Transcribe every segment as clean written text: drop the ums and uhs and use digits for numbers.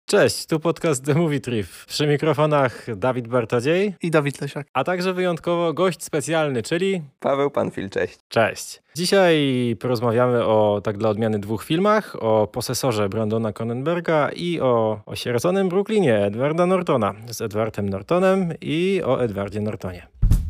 Cześć, tu podcast The Movie Trip. Przy mikrofonach Dawid Bartodziej i Dawid Lesiak. A także wyjątkowo gość specjalny, czyli Paweł Panfil, cześć. Cześć. Dzisiaj porozmawiamy o, tak dla odmiany, dwóch filmach. O Posesorze Brandona Cronenberga i o Osieroconym Brooklynie Edwarda Nortona z Edwardem Nortonem i o Edwardzie Nortonie.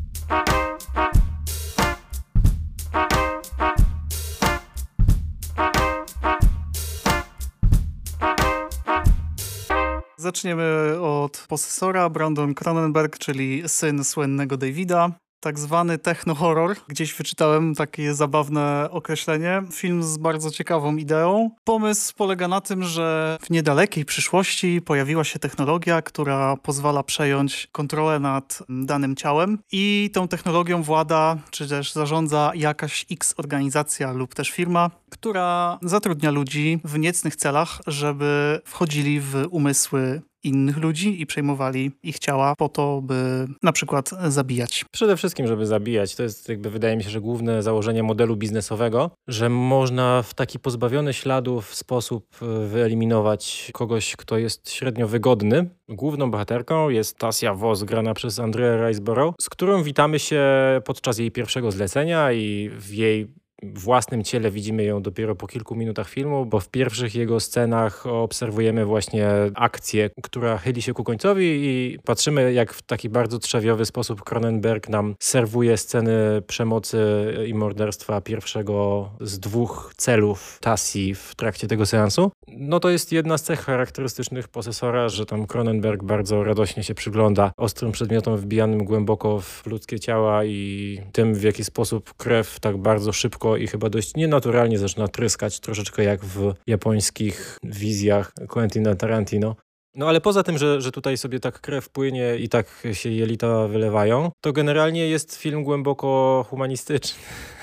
Zaczniemy od Posesora. Brandon Cronenberg, czyli syn słynnego Davida. Tak zwany techno-horror. Gdzieś wyczytałem takie zabawne określenie. Film z bardzo ciekawą ideą. Pomysł polega na tym, że w niedalekiej przyszłości pojawiła się technologia, która pozwala przejąć kontrolę nad danym ciałem i tą technologią włada, czy też zarządza jakaś X organizacja lub też firma, która zatrudnia ludzi w niecnych celach, żeby wchodzili w umysły innych ludzi i przejmowali ich ciała po to, by na przykład zabijać. Przede wszystkim, żeby zabijać. To jest wydaje mi się, że główne założenie modelu biznesowego, że można w taki pozbawiony śladów sposób wyeliminować kogoś, kto jest średnio wygodny. Główną bohaterką jest Tasia Voss, grana przez Andreę Riseborough, z którą witamy się podczas jej pierwszego zlecenia i w jej własnym ciele widzimy ją dopiero po kilku minutach filmu, bo w pierwszych jego scenach obserwujemy właśnie akcję, która chyli się ku końcowi i patrzymy, jak w taki bardzo trzewiowy sposób Cronenberg nam serwuje sceny przemocy i morderstwa pierwszego z dwóch celów Tasji w trakcie tego seansu. No to jest jedna z cech charakterystycznych Posesora, że tam Cronenberg bardzo radośnie się przygląda ostrym przedmiotom wbijanym głęboko w ludzkie ciała i tym, w jaki sposób krew tak bardzo szybko i chyba dość nienaturalnie zaczyna tryskać, troszeczkę jak w japońskich wizjach Quentina Tarantino. No ale poza tym, że tutaj sobie tak krew płynie i tak się jelita wylewają, to generalnie jest film głęboko humanistyczny.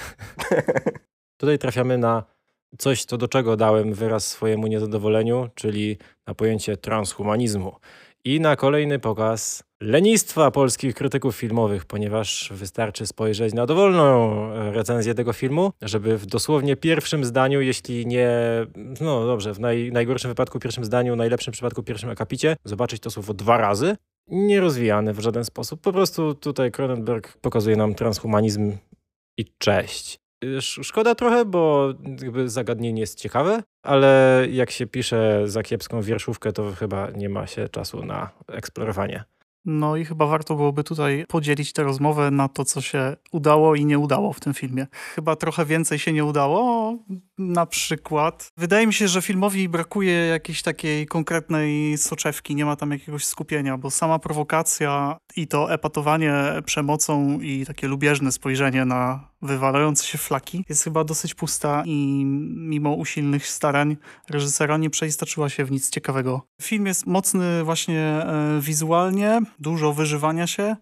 Tutaj trafiamy na coś, co do czego dałem wyraz swojemu niezadowoleniu, czyli na pojęcie transhumanizmu. I na kolejny pokaz lenistwa polskich krytyków filmowych, ponieważ wystarczy spojrzeć na dowolną recenzję tego filmu, żeby w dosłownie pierwszym zdaniu, jeśli nie, no dobrze, w najgorszym wypadku pierwszym zdaniu, najlepszym przypadku pierwszym akapicie, zobaczyć to słowo 2 razy, nie rozwijane w żaden sposób. Po prostu tutaj Cronenberg pokazuje nam transhumanizm i cześć. Szkoda trochę, bo jakby zagadnienie jest ciekawe, ale jak się pisze za kiepską wierszówkę, to chyba nie ma się czasu na eksplorowanie. No i chyba warto byłoby tutaj podzielić tę rozmowę na to, co się udało i nie udało w tym filmie. Chyba trochę więcej się nie udało. Na przykład wydaje mi się, że filmowi brakuje jakiejś takiej konkretnej soczewki, nie ma tam jakiegoś skupienia, bo sama prowokacja i to epatowanie przemocą i takie lubieżne spojrzenie na wywalające się flaki jest chyba dosyć pusta i mimo usilnych starań reżysera nie przeistoczyła się w nic ciekawego. Film jest mocny właśnie wizualnie, dużo wyżywania się,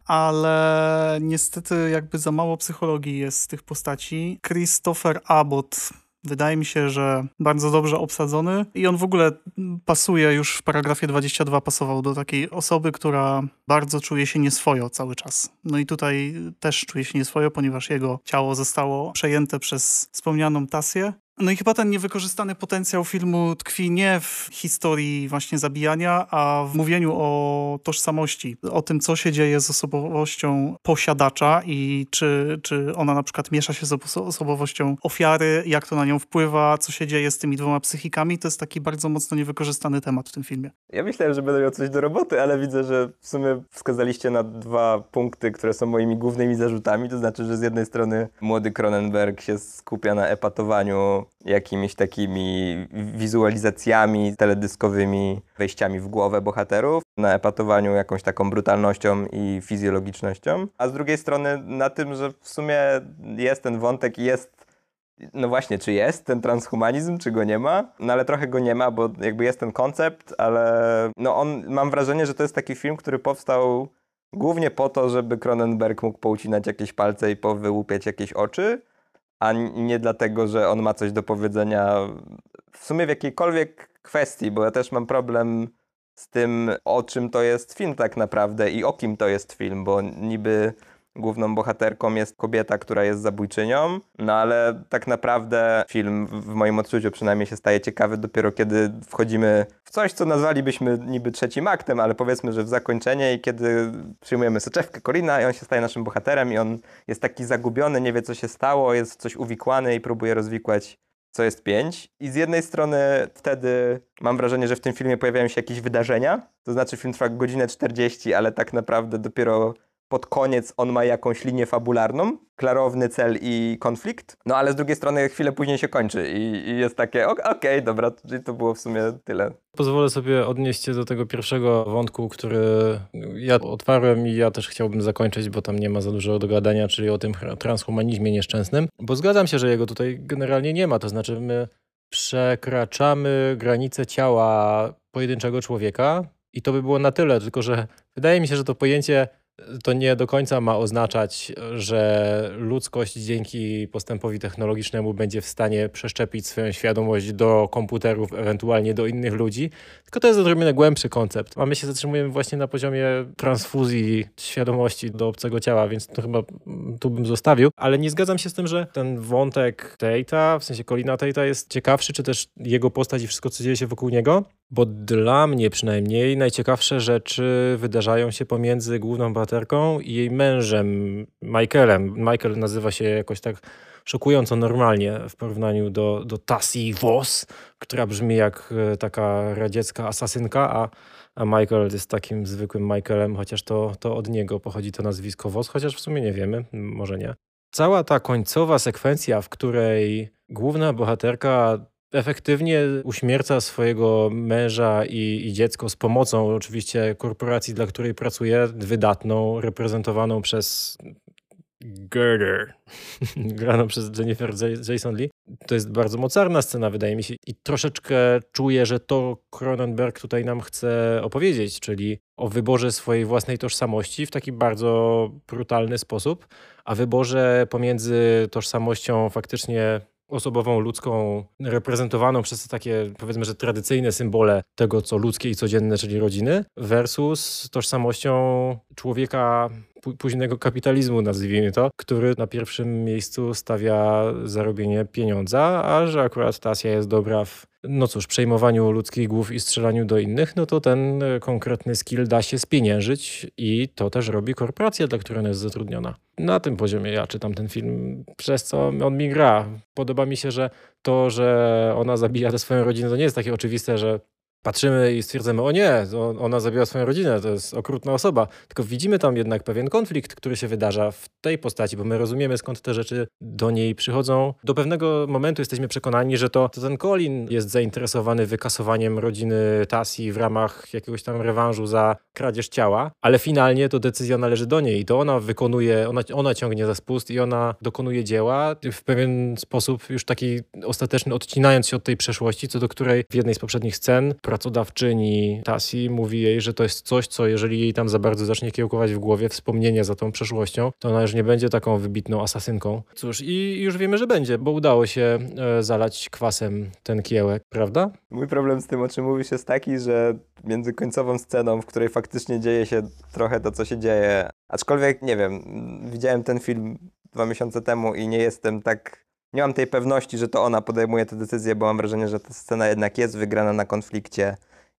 ale niestety jakby za mało psychologii jest z tych postaci. Christopher Abbott wydaje mi się, że bardzo dobrze obsadzony i on w ogóle pasuje, już w paragrafie 22 pasował do takiej osoby, która bardzo czuje się nieswojo cały czas. No i tutaj też czuje się nieswojo, ponieważ jego ciało zostało przejęte przez wspomnianą Tasię. No i chyba ten niewykorzystany potencjał filmu tkwi nie w historii właśnie zabijania, a w mówieniu o tożsamości, o tym, co się dzieje z osobowością posiadacza i czy ona na przykład miesza się z osobowością ofiary, jak to na nią wpływa, co się dzieje z tymi dwoma psychikami. To jest taki bardzo mocno niewykorzystany temat w tym filmie. Ja myślałem, że będę miał coś do roboty, ale widzę, że w sumie wskazaliście na 2 punkty, które są moimi głównymi zarzutami. To znaczy, że z jednej strony młody Cronenberg się skupia na epatowaniu jakimiś takimi wizualizacjami teledyskowymi, wejściami w głowę bohaterów, na epatowaniu jakąś taką brutalnością i fizjologicznością, a z drugiej strony na tym, że w sumie jest ten wątek i jest, no właśnie, czy jest ten transhumanizm, czy go nie ma, no ale trochę go nie ma, bo jakby jest ten koncept, ale no mam wrażenie, że to jest taki film, który powstał głównie po to, żeby Cronenberg mógł poucinać jakieś palce i powyłupiać jakieś oczy, a nie dlatego, że on ma coś do powiedzenia w sumie w jakiejkolwiek kwestii, bo ja też mam problem z tym, o czym to jest film tak naprawdę i o kim to jest film, bo niby główną bohaterką jest kobieta, która jest zabójczynią, no ale tak naprawdę film w moim odczuciu przynajmniej się staje ciekawy dopiero kiedy wchodzimy w coś, co nazwalibyśmy niby trzecim aktem, ale powiedzmy, że w zakończenie i kiedy przyjmujemy soczewkę Colina i on się staje naszym bohaterem i on jest taki zagubiony, nie wie co się stało, jest w coś uwikłany i próbuje rozwikłać co jest 5. I z jednej strony wtedy mam wrażenie, że w tym filmie pojawiają się jakieś wydarzenia, to znaczy film trwa godzinę 40, ale tak naprawdę dopiero pod koniec on ma jakąś linię fabularną, klarowny cel i konflikt, no ale z drugiej strony chwilę później się kończy i jest takie, okej, dobra, czyli to było w sumie tyle. Pozwolę sobie odnieść się do tego pierwszego wątku, który ja otwarłem i ja też chciałbym zakończyć, bo tam nie ma za dużo do gadania, czyli o tym transhumanizmie nieszczęsnym, bo zgadzam się, że jego tutaj generalnie nie ma, to znaczy my przekraczamy granice ciała pojedynczego człowieka i to by było na tyle, tylko że wydaje mi się, że to pojęcie to nie do końca ma oznaczać, że ludzkość dzięki postępowi technologicznemu będzie w stanie przeszczepić swoją świadomość do komputerów, ewentualnie do innych ludzi, tylko to jest odrobinę głębszy koncept. A my się zatrzymujemy właśnie na poziomie transfuzji świadomości do obcego ciała, więc to chyba tu bym zostawił. Ale nie zgadzam się z tym, że ten wątek Tate'a, w sensie Colina Tate'a jest ciekawszy, czy też jego postać i wszystko, co dzieje się wokół niego, bo dla mnie przynajmniej najciekawsze rzeczy wydarzają się pomiędzy główną bohaterką i jej mężem, Michaelem. Michael nazywa się jakoś tak szokująco normalnie w porównaniu do Tassie Voss, która brzmi jak taka radziecka asasynka, a Michael jest takim zwykłym Michaelem, chociaż to od niego pochodzi to nazwisko Voss, chociaż w sumie nie wiemy, może nie. Cała ta końcowa sekwencja, w której główna bohaterka efektywnie uśmierca swojego męża i dziecko z pomocą oczywiście korporacji, dla której pracuje, wydatną, reprezentowaną przez Gerder, graną przez Jennifer Jason Leigh. To jest bardzo mocarna scena, wydaje mi się, i troszeczkę czuję, że to Cronenberg tutaj nam chce opowiedzieć, czyli o wyborze swojej własnej tożsamości w taki bardzo brutalny sposób, a wyborze pomiędzy tożsamością faktycznie osobową, ludzką, reprezentowaną przez takie, powiedzmy, że tradycyjne symbole tego, co ludzkie i codzienne, czyli rodziny, versus tożsamością człowieka późnego kapitalizmu, nazwijmy to, który na pierwszym miejscu stawia zarobienie pieniądza, a że akurat Tasja jest dobra w, no cóż, przejmowaniu ludzkich głów i strzelaniu do innych, no to ten konkretny skill da się spieniężyć i to też robi korporacja, dla której ona jest zatrudniona. Na tym poziomie ja czytam ten film, przez co on mi gra. Podoba mi się, że to, że ona zabija tę swoją rodzinę, to nie jest takie oczywiste, że patrzymy i stwierdzamy, o nie, ona zabiła swoją rodzinę, to jest okrutna osoba. Tylko widzimy tam jednak pewien konflikt, który się wydarza w tej postaci, bo my rozumiemy, skąd te rzeczy do niej przychodzą. Do pewnego momentu jesteśmy przekonani, że to ten Colin jest zainteresowany wykasowaniem rodziny Tassi w ramach jakiegoś tam rewanżu za kradzież ciała, ale finalnie to decyzja należy do niej i to ona wykonuje, ona ciągnie za spust i ona dokonuje dzieła w pewien sposób już taki ostateczny, odcinając się od tej przeszłości, co do której w jednej z poprzednich scen pracodawczyni Tassi mówi jej, że to jest coś, co jeżeli jej tam za bardzo zacznie kiełkować w głowie wspomnienie za tą przeszłością, to ona już nie będzie taką wybitną asasynką. Cóż, i już wiemy, że będzie, bo udało się zalać kwasem ten kiełek, prawda? Mój problem z tym, o czym mówisz, jest taki, że między końcową sceną, w której faktycznie dzieje się trochę to, co się dzieje, aczkolwiek, nie wiem, widziałem ten film 2 miesiące temu i nie mam tej pewności, że to ona podejmuje tę decyzję, bo mam wrażenie, że ta scena jednak jest wygrana na konflikcie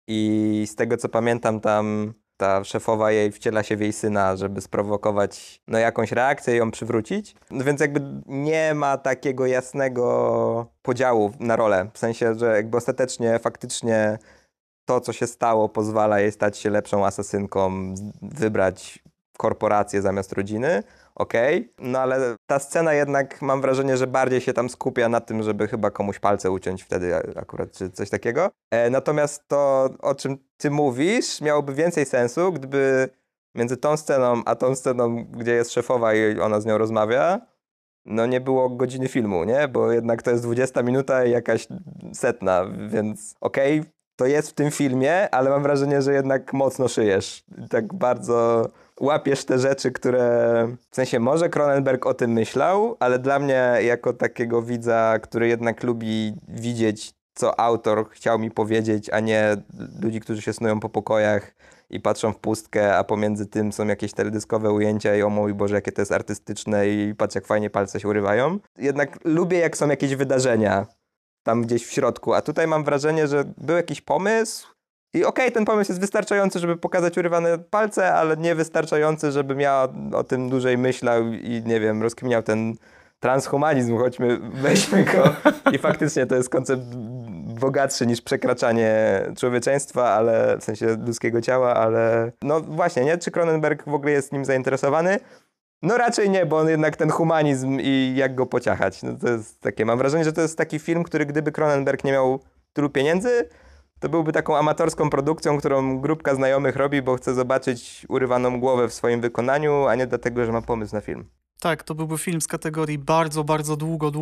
i z tego, co pamiętam, tam ta szefowa jej wciela się w jej syna, żeby sprowokować jakąś reakcję i ją przywrócić. No więc jakby nie ma takiego jasnego podziału na rolę, w sensie, że jakby ostatecznie, faktycznie to, co się stało, pozwala jej stać się lepszą asasynką, wybrać korporację zamiast rodziny. Okej, no ale ta scena jednak mam wrażenie, że bardziej się tam skupia na tym, żeby chyba komuś palce uciąć wtedy akurat, czy coś takiego. Natomiast to, o czym ty mówisz, miałoby więcej sensu, gdyby między tą sceną, a tą sceną, gdzie jest szefowa i ona z nią rozmawia, no nie było godziny filmu, nie? Bo jednak to jest 20 minuta i jakaś setna, więc okej, to jest w tym filmie, ale mam wrażenie, że jednak mocno szyjesz. Tak bardzo łapiesz te rzeczy, które... W sensie może Cronenberg o tym myślał, ale dla mnie jako takiego widza, który jednak lubi widzieć, co autor chciał mi powiedzieć, a nie ludzi, którzy się snują po pokojach i patrzą w pustkę, a pomiędzy tym są jakieś teledyskowe ujęcia i o mój Boże, jakie to jest artystyczne i patrz jak fajnie palce się urywają. Jednak lubię jak są jakieś wydarzenia tam gdzieś w środku, a tutaj mam wrażenie, że był jakiś pomysł i okej, ten pomysł jest wystarczający, żeby pokazać urywane palce, ale nie wystarczający, żeby miał o tym dłużej myślał i nie wiem, rozkminiał ten transhumanizm, weźmy go. I faktycznie to jest koncept bogatszy niż przekraczanie człowieczeństwa, ale w sensie ludzkiego ciała, ale no właśnie, nie? Czy Cronenberg w ogóle jest nim zainteresowany? No raczej nie, bo on jednak ten humanizm i jak go pociachać. No to jest takie, mam wrażenie, że to jest taki film, który gdyby Cronenberg nie miał tylu pieniędzy, to byłby taką amatorską produkcją, którą grupka znajomych robi, bo chce zobaczyć urywaną głowę w swoim wykonaniu, a nie dlatego, że ma pomysł na film. Tak, to byłby film z kategorii bardzo, bardzo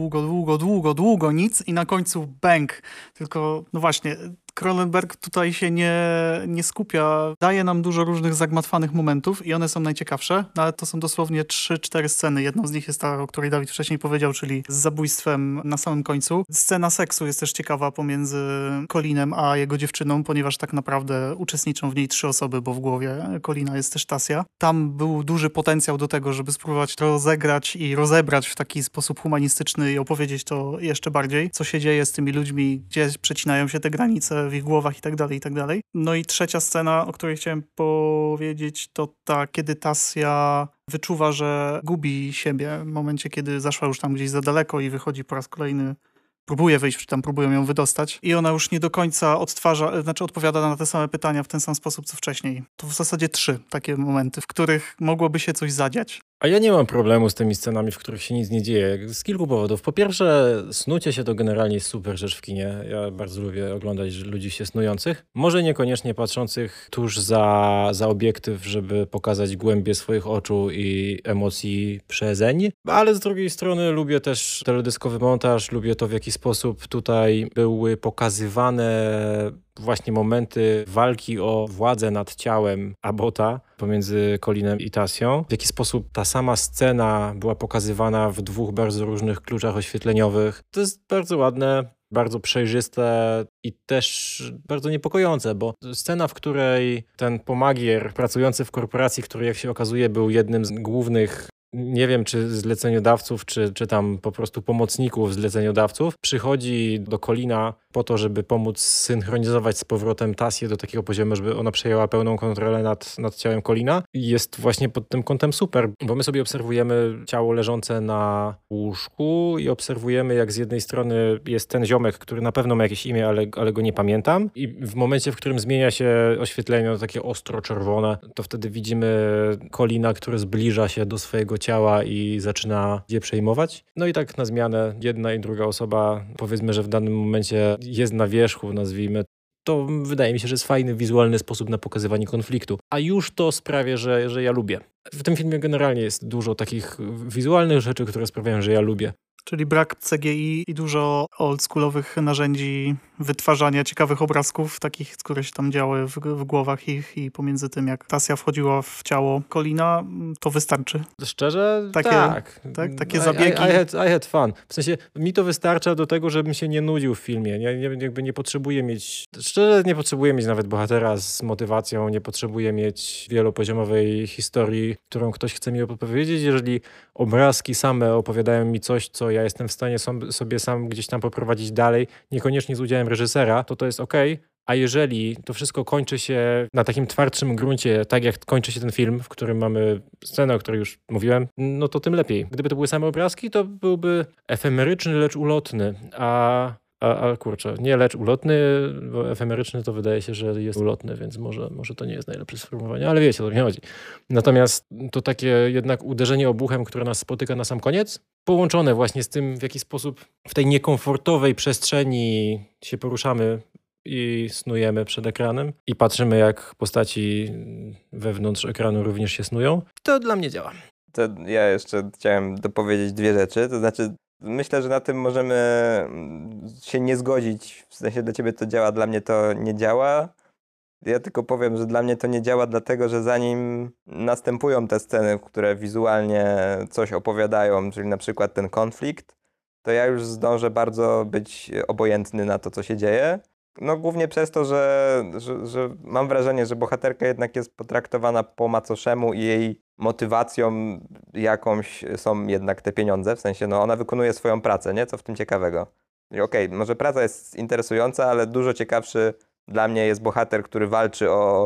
długo nic i na końcu bang. Tylko, no właśnie, Cronenberg tutaj się nie skupia, daje nam dużo różnych zagmatwanych momentów i one są najciekawsze, no ale to są dosłownie 3-4 sceny. Jedną z nich jest ta, o której Dawid wcześniej powiedział, czyli z zabójstwem na samym końcu. Scena seksu jest też ciekawa pomiędzy Colinem a jego dziewczyną, ponieważ tak naprawdę uczestniczą w niej 3 osoby, bo w głowie Colina jest też Tasja. Tam był duży potencjał do tego, żeby spróbować rozegrać i rozebrać w taki sposób humanistyczny i opowiedzieć to jeszcze bardziej, co się dzieje z tymi ludźmi, gdzie przecinają się te granice w ich głowach i tak dalej, i tak dalej. No i trzecia scena, o której chciałem powiedzieć, to ta, kiedy Tasja wyczuwa, że gubi siebie w momencie, kiedy zaszła już tam gdzieś za daleko i wychodzi po raz kolejny, próbuje wyjść, czy tam próbują ją wydostać i ona już nie do końca odpowiada na te same pytania w ten sam sposób, co wcześniej. To w zasadzie 3 takie momenty, w których mogłoby się coś zadziać. A ja nie mam problemu z tymi scenami, w których się nic nie dzieje. Z kilku powodów. Po pierwsze, snucie się to generalnie jest super rzecz w kinie. Ja bardzo lubię oglądać ludzi się snujących. Może niekoniecznie patrzących tuż za obiektyw, żeby pokazać głębię swoich oczu i emocji przezeń. Ale z drugiej strony lubię też teledyskowy montaż. Lubię to, w jaki sposób tutaj były pokazywane właśnie momenty walki o władzę nad ciałem Abbota pomiędzy Colinem i Tasją. W jaki sposób ta sama scena była pokazywana w 2 bardzo różnych kluczach oświetleniowych. To jest bardzo ładne, bardzo przejrzyste i też bardzo niepokojące, bo scena, w której ten pomagier pracujący w korporacji, który jak się okazuje był jednym z głównych, nie wiem czy zleceniodawców, czy tam po prostu pomocników zleceniodawców, przychodzi do Colina po to, żeby pomóc synchronizować z powrotem Tasję do takiego poziomu, żeby ona przejęła pełną kontrolę nad ciałem Colina. I jest właśnie pod tym kątem super, bo my sobie obserwujemy ciało leżące na łóżku i obserwujemy, jak z jednej strony jest ten ziomek, który na pewno ma jakieś imię, ale go nie pamiętam. I w momencie, w którym zmienia się oświetlenie na takie ostro czerwone, to wtedy widzimy Colina, który zbliża się do swojego ciała i zaczyna je przejmować. No i tak na zmianę jedna i druga osoba, powiedzmy, że w danym momencie jest na wierzchu, nazwijmy. To wydaje mi się, że jest fajny, wizualny sposób na pokazywanie konfliktu. A już to sprawia, że ja lubię. W tym filmie generalnie jest dużo takich wizualnych rzeczy, które sprawiają, że ja lubię. Czyli brak CGI i dużo oldschoolowych narzędzi wytwarzania ciekawych obrazków, takich, które się tam działy w głowach ich i pomiędzy tym, jak Tasja wchodziła w ciało Colina, to wystarczy. Szczerze? Takie, tak. Takie zabiegi. I had fun. W sensie mi to wystarcza do tego, żebym się nie nudził w filmie. Jakby nie potrzebuję mieć, szczerze nie potrzebuję mieć nawet bohatera z motywacją, nie potrzebuję mieć wielopoziomowej historii, którą ktoś chce mi opowiedzieć. Jeżeli obrazki same opowiadają mi coś, co ja jestem w stanie sobie sam gdzieś tam poprowadzić dalej, niekoniecznie z udziałem reżysera, to jest okej. A jeżeli to wszystko kończy się na takim twardszym gruncie, tak jak kończy się ten film, w którym mamy scenę, o której już mówiłem, no to tym lepiej. Gdyby to były same obrazki, to byłby efemeryczny, lecz ulotny. A kurczę, nie lecz ulotny, bo efemeryczny to wydaje się, że jest ulotny, więc może to nie jest najlepsze sformułowanie, ale wiecie, o to mi chodzi. Natomiast to takie jednak uderzenie obuchem, które nas spotyka na sam koniec, połączone właśnie z tym, w jaki sposób w tej niekomfortowej przestrzeni się poruszamy i snujemy przed ekranem i patrzymy, jak postaci wewnątrz ekranu również się snują, to dla mnie działa. To ja jeszcze chciałem dopowiedzieć 2 rzeczy, to znaczy myślę, że na tym możemy się nie zgodzić, w sensie dla ciebie to działa, dla mnie to nie działa. Ja tylko powiem, że dla mnie to nie działa dlatego, że zanim następują te sceny, które wizualnie coś opowiadają, czyli na przykład ten konflikt, to ja już zdążę bardzo być obojętny na to, co się dzieje. No głównie przez to, że mam wrażenie, że bohaterka jednak jest potraktowana po macoszemu i jej motywacją jakąś są jednak te pieniądze, w sensie no ona wykonuje swoją pracę, nie? Co w tym ciekawego. I okej, może praca jest interesująca, ale dużo ciekawszy dla mnie jest bohater, który walczy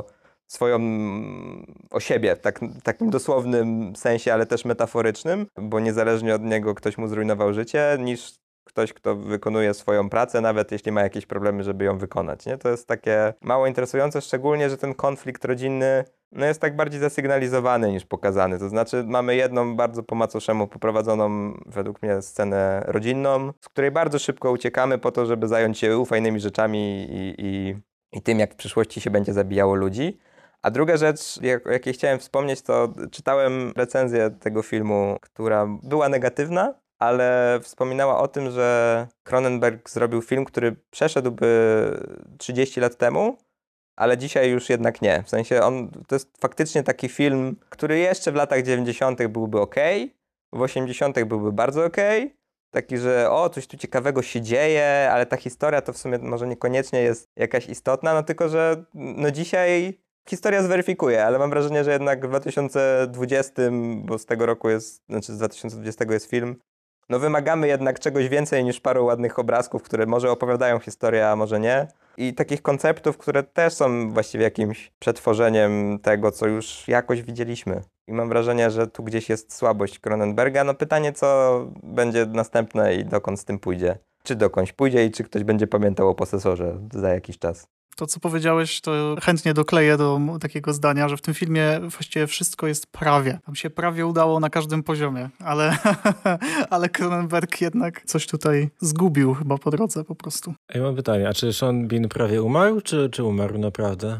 o siebie, w takim dosłownym sensie, ale też metaforycznym, bo niezależnie od niego ktoś mu zrujnował życie, niż ktoś, kto wykonuje swoją pracę, nawet jeśli ma jakieś problemy, żeby ją wykonać. Nie? To jest takie mało interesujące, szczególnie, że ten konflikt rodzinny no jest tak bardziej zasygnalizowany niż pokazany. To znaczy mamy jedną bardzo po macoszemu poprowadzoną według mnie scenę rodzinną, z której bardzo szybko uciekamy po to, żeby zająć się fajnymi rzeczami i tym, jak w przyszłości się będzie zabijało ludzi. A druga rzecz, jakiej chciałem wspomnieć, to czytałem recenzję tego filmu, która była negatywna, ale wspominała o tym, że Cronenberg zrobił film, który przeszedłby 30 lat temu, ale dzisiaj już jednak nie. W sensie to jest faktycznie taki film, który jeszcze w latach 90. byłby okej, w 80. byłby bardzo okej. Taki, że coś tu ciekawego się dzieje, ale ta historia to w sumie może niekoniecznie jest jakaś istotna, no tylko, że no dzisiaj historia zweryfikuje, ale mam wrażenie, że jednak w 2020, bo z tego roku z 2020 jest film, no wymagamy jednak czegoś więcej niż paru ładnych obrazków, które może opowiadają historię, a może nie. I takich konceptów, które też są właściwie jakimś przetworzeniem tego, co już jakoś widzieliśmy. I mam wrażenie, że tu gdzieś jest słabość Cronenberga. No pytanie, co będzie następne i dokąd z tym pójdzie. Czy dokądś pójdzie i czy ktoś będzie pamiętał o Posesorze za jakiś czas. To, co powiedziałeś, to chętnie dokleję do takiego zdania, że w tym filmie właściwie wszystko jest prawie. Tam się prawie udało na każdym poziomie, ale Cronenberg jednak coś tutaj zgubił chyba po drodze po prostu. Ja mam pytanie, a czy Sean Bean prawie umarł, czy umarł naprawdę?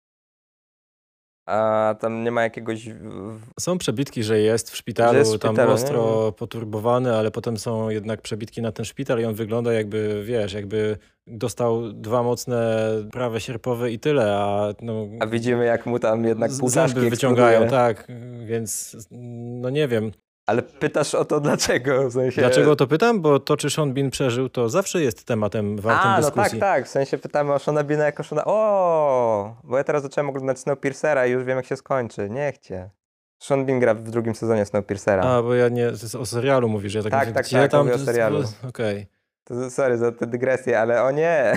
A tam nie ma jakiegoś... Są przebitki, że jest w szpitalu, Że jest w tam szpitalu, ostro poturbowany, ale potem są jednak przebitki na ten szpital i on wygląda jakby, wiesz, jakby dostał 2 mocne prawe sierpowe i tyle, A widzimy, jak mu tam jednak półtaszki zęby wyciągają, eksploduje. tak, więc no nie wiem. Ale pytasz o to dlaczego? W sensie... Dlaczego o to pytam? Bo to, czy Sean Bean przeżył, to zawsze jest tematem wartym no dyskusji. tak. W sensie pytamy o Seana Beana jako Seana... bo ja teraz zacząłem oglądać Snowpiercera i już wiem, jak się skończy. Niech cię. Sean Bean gra w 2. sezonie Snowpiercera. Bo ja nie... O serialu mówisz, ja tak mówię, gdzie tam... mówię o serialu. Okej. To sorry za tę dygresję, ale o nie!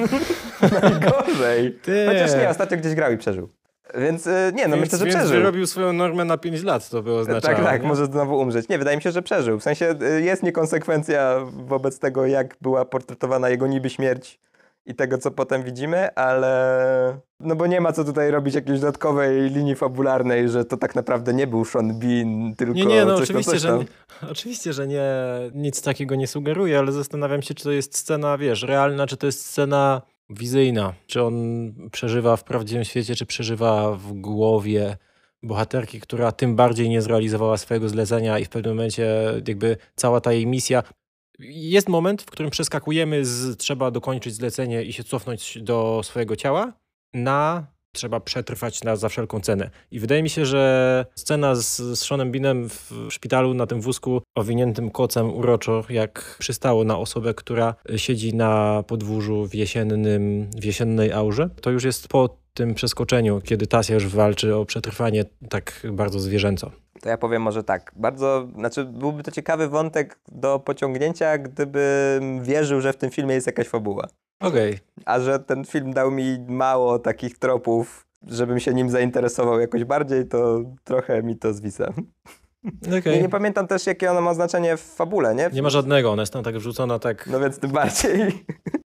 Najgorzej! Chociaż nie, ostatnio gdzieś grał i przeżył. Więc myślę, że Więc przeżył. wyrobił swoją normę na 5 lat, to by oznaczało. Tak, nie? może znowu umrzeć. Nie, wydaje mi się, że przeżył. W sensie jest niekonsekwencja wobec tego, jak była portretowana jego niby śmierć i tego, co potem widzimy, ale... No bo nie ma co tutaj robić jakiejś dodatkowej linii fabularnej, że to tak naprawdę nie był Sean Bean, tylko Nie, no coś oczywiście, tam, coś tam. oczywiście, że nie, nic takiego nie sugeruje, ale zastanawiam się, czy to jest scena, wiesz, realna, czy to jest scena wizyjna. Czy on przeżywa w prawdziwym świecie, czy przeżywa w głowie bohaterki, która tym bardziej nie zrealizowała swojego zlecenia i w pewnym momencie jakby cała ta jej misja... Jest moment, w którym przeskakujemy trzeba dokończyć zlecenie i się cofnąć do swojego ciała, trzeba przetrwać za wszelką cenę. I wydaje mi się, że scena z Seanem Beanem w szpitalu na tym wózku owiniętym kocem uroczo, jak przystało na osobę, która siedzi na podwórzu w jesiennej aurze, to już jest po tym przeskoczeniu, kiedy Tasia już walczy o przetrwanie tak bardzo zwierzęco. To ja powiem może tak. Byłby to ciekawy wątek do pociągnięcia, gdybym wierzył, że w tym filmie jest jakaś fabuła. Okej. A że ten film dał mi mało takich tropów, żebym się nim zainteresował jakoś bardziej, to trochę mi to zwisa. Okay. Nie pamiętam też, jakie ono ma znaczenie w fabule, nie? Nie ma żadnego, ona jest tam tak wrzucona, tak... No więc tym bardziej.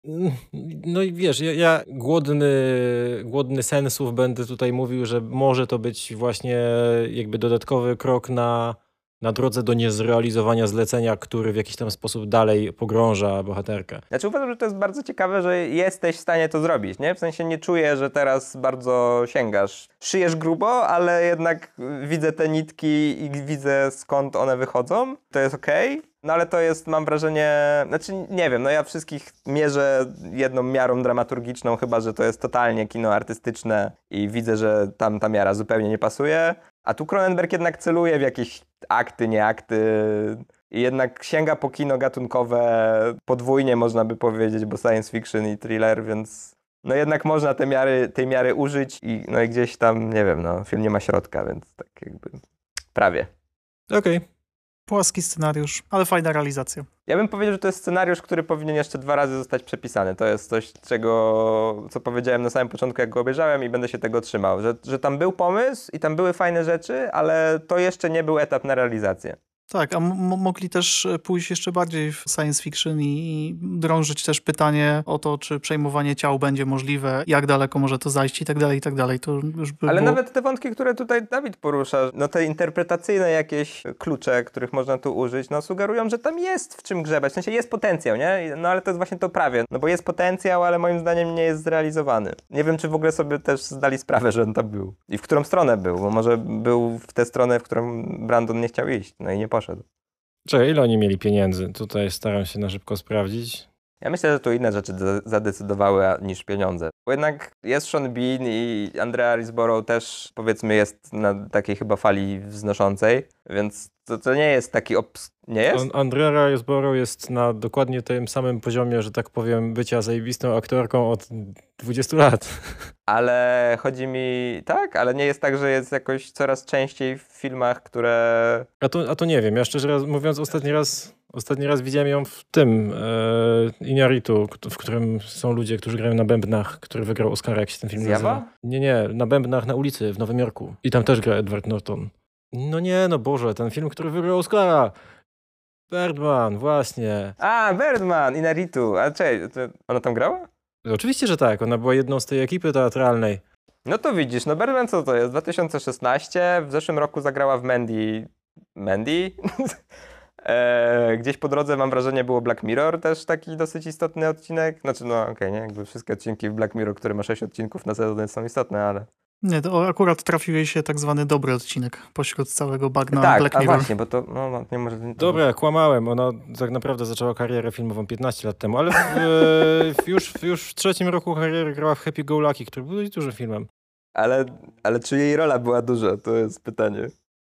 No i wiesz, ja głodny sensów będę tutaj mówił, że może to być właśnie jakby dodatkowy krok na drodze do niezrealizowania zlecenia, który w jakiś tam sposób dalej pogrąża bohaterkę. Znaczy uważam, że to jest bardzo ciekawe, że jesteś w stanie to zrobić, nie? W sensie nie czuję, że teraz bardzo sięgasz. Szyjesz grubo, ale jednak widzę te nitki i widzę, skąd one wychodzą. To jest okej. No ale to jest, mam wrażenie, nie wiem, ja wszystkich mierzę jedną miarą dramaturgiczną, chyba że to jest totalnie kino artystyczne i widzę, że tam ta miara zupełnie nie pasuje. A tu Cronenberg jednak celuje w jakieś akty, nie akty. i jednak sięga po kino gatunkowe podwójnie, można by powiedzieć, bo science fiction i thriller, więc no jednak można tej miary użyć i no i gdzieś tam, nie wiem, no film nie ma środka, więc tak jakby prawie. Okej. Płaski scenariusz, ale fajna realizacja. Ja bym powiedział, że to jest scenariusz, który powinien jeszcze 2 razy zostać przepisany. To jest coś, co powiedziałem na samym początku, jak go obejrzałem i będę się tego trzymał. Że tam był pomysł i tam były fajne rzeczy, ale to jeszcze nie był etap na realizację. Tak, a mogli też pójść jeszcze bardziej w science fiction i drążyć też pytanie o to, czy przejmowanie ciał będzie możliwe, jak daleko może to zajść i tak dalej, i tak dalej. To już by Ale było... nawet te wątki, które tutaj Dawid porusza, no te interpretacyjne jakieś klucze, których można tu użyć, no sugerują, że tam jest w czym grzebać. W sensie jest potencjał, nie? No ale to jest właśnie to prawie. No bo jest potencjał, ale moim zdaniem nie jest zrealizowany. Nie wiem, czy w ogóle sobie też zdali sprawę, że on tam był. I w którą stronę był, bo może był w tę stronę, w którą Brandon nie chciał iść, no i nie poszedł. Czekaj, ile oni mieli pieniędzy? Tutaj staram się na szybko sprawdzić. Ja myślę, że tu inne rzeczy zadecydowały niż pieniądze. Bo jednak jest Sean Bean i Andrea Riseborough też, powiedzmy, jest na takiej chyba fali wznoszącej, więc to nie jest taki nie jest? Andrea Riseborough jest na dokładnie tym samym poziomie, że tak powiem, bycia zajebistą aktorką od 20 lat. Ale chodzi mi... Tak? Ale nie jest tak, że jest jakoś coraz częściej w filmach, które... A to nie wiem. Ja szczerze mówiąc, ostatni raz widziałem ją w tym Iñárritu, w którym są ludzie, którzy grają na bębnach, który wygrał Oscara, jak się ten film Zjawa? nazywa. Nie, na bębnach na ulicy w Nowym Jorku. I tam też gra Edward Norton. No nie, no Boże, ten film, który wygrał Oscara. Birdman, właśnie. A, Birdman, Iñárritu. A czekaj, ona tam grała? Oczywiście, że tak. Ona była jedną z tej ekipy teatralnej. No to widzisz, no Birdman co to jest? 2016, w zeszłym roku zagrała w Mandy? Gdzieś po drodze, mam wrażenie, było Black Mirror, też taki dosyć istotny odcinek. Znaczy, no okej, nie? Jakby wszystkie odcinki w Black Mirror, które ma 6 odcinków na sezon, są istotne, ale... Nie, to akurat trafił jej się tak zwany dobry odcinek pośród całego bagna tak, Black a Mirror. właśnie, bo to nie może... Dobra, kłamałem. Ona tak naprawdę zaczęła karierę filmową 15 lat temu, ale już w 3. roku kariery grała w Happy Go Lucky, który był dość dużym filmem. Ale czy jej rola była duża? To jest pytanie.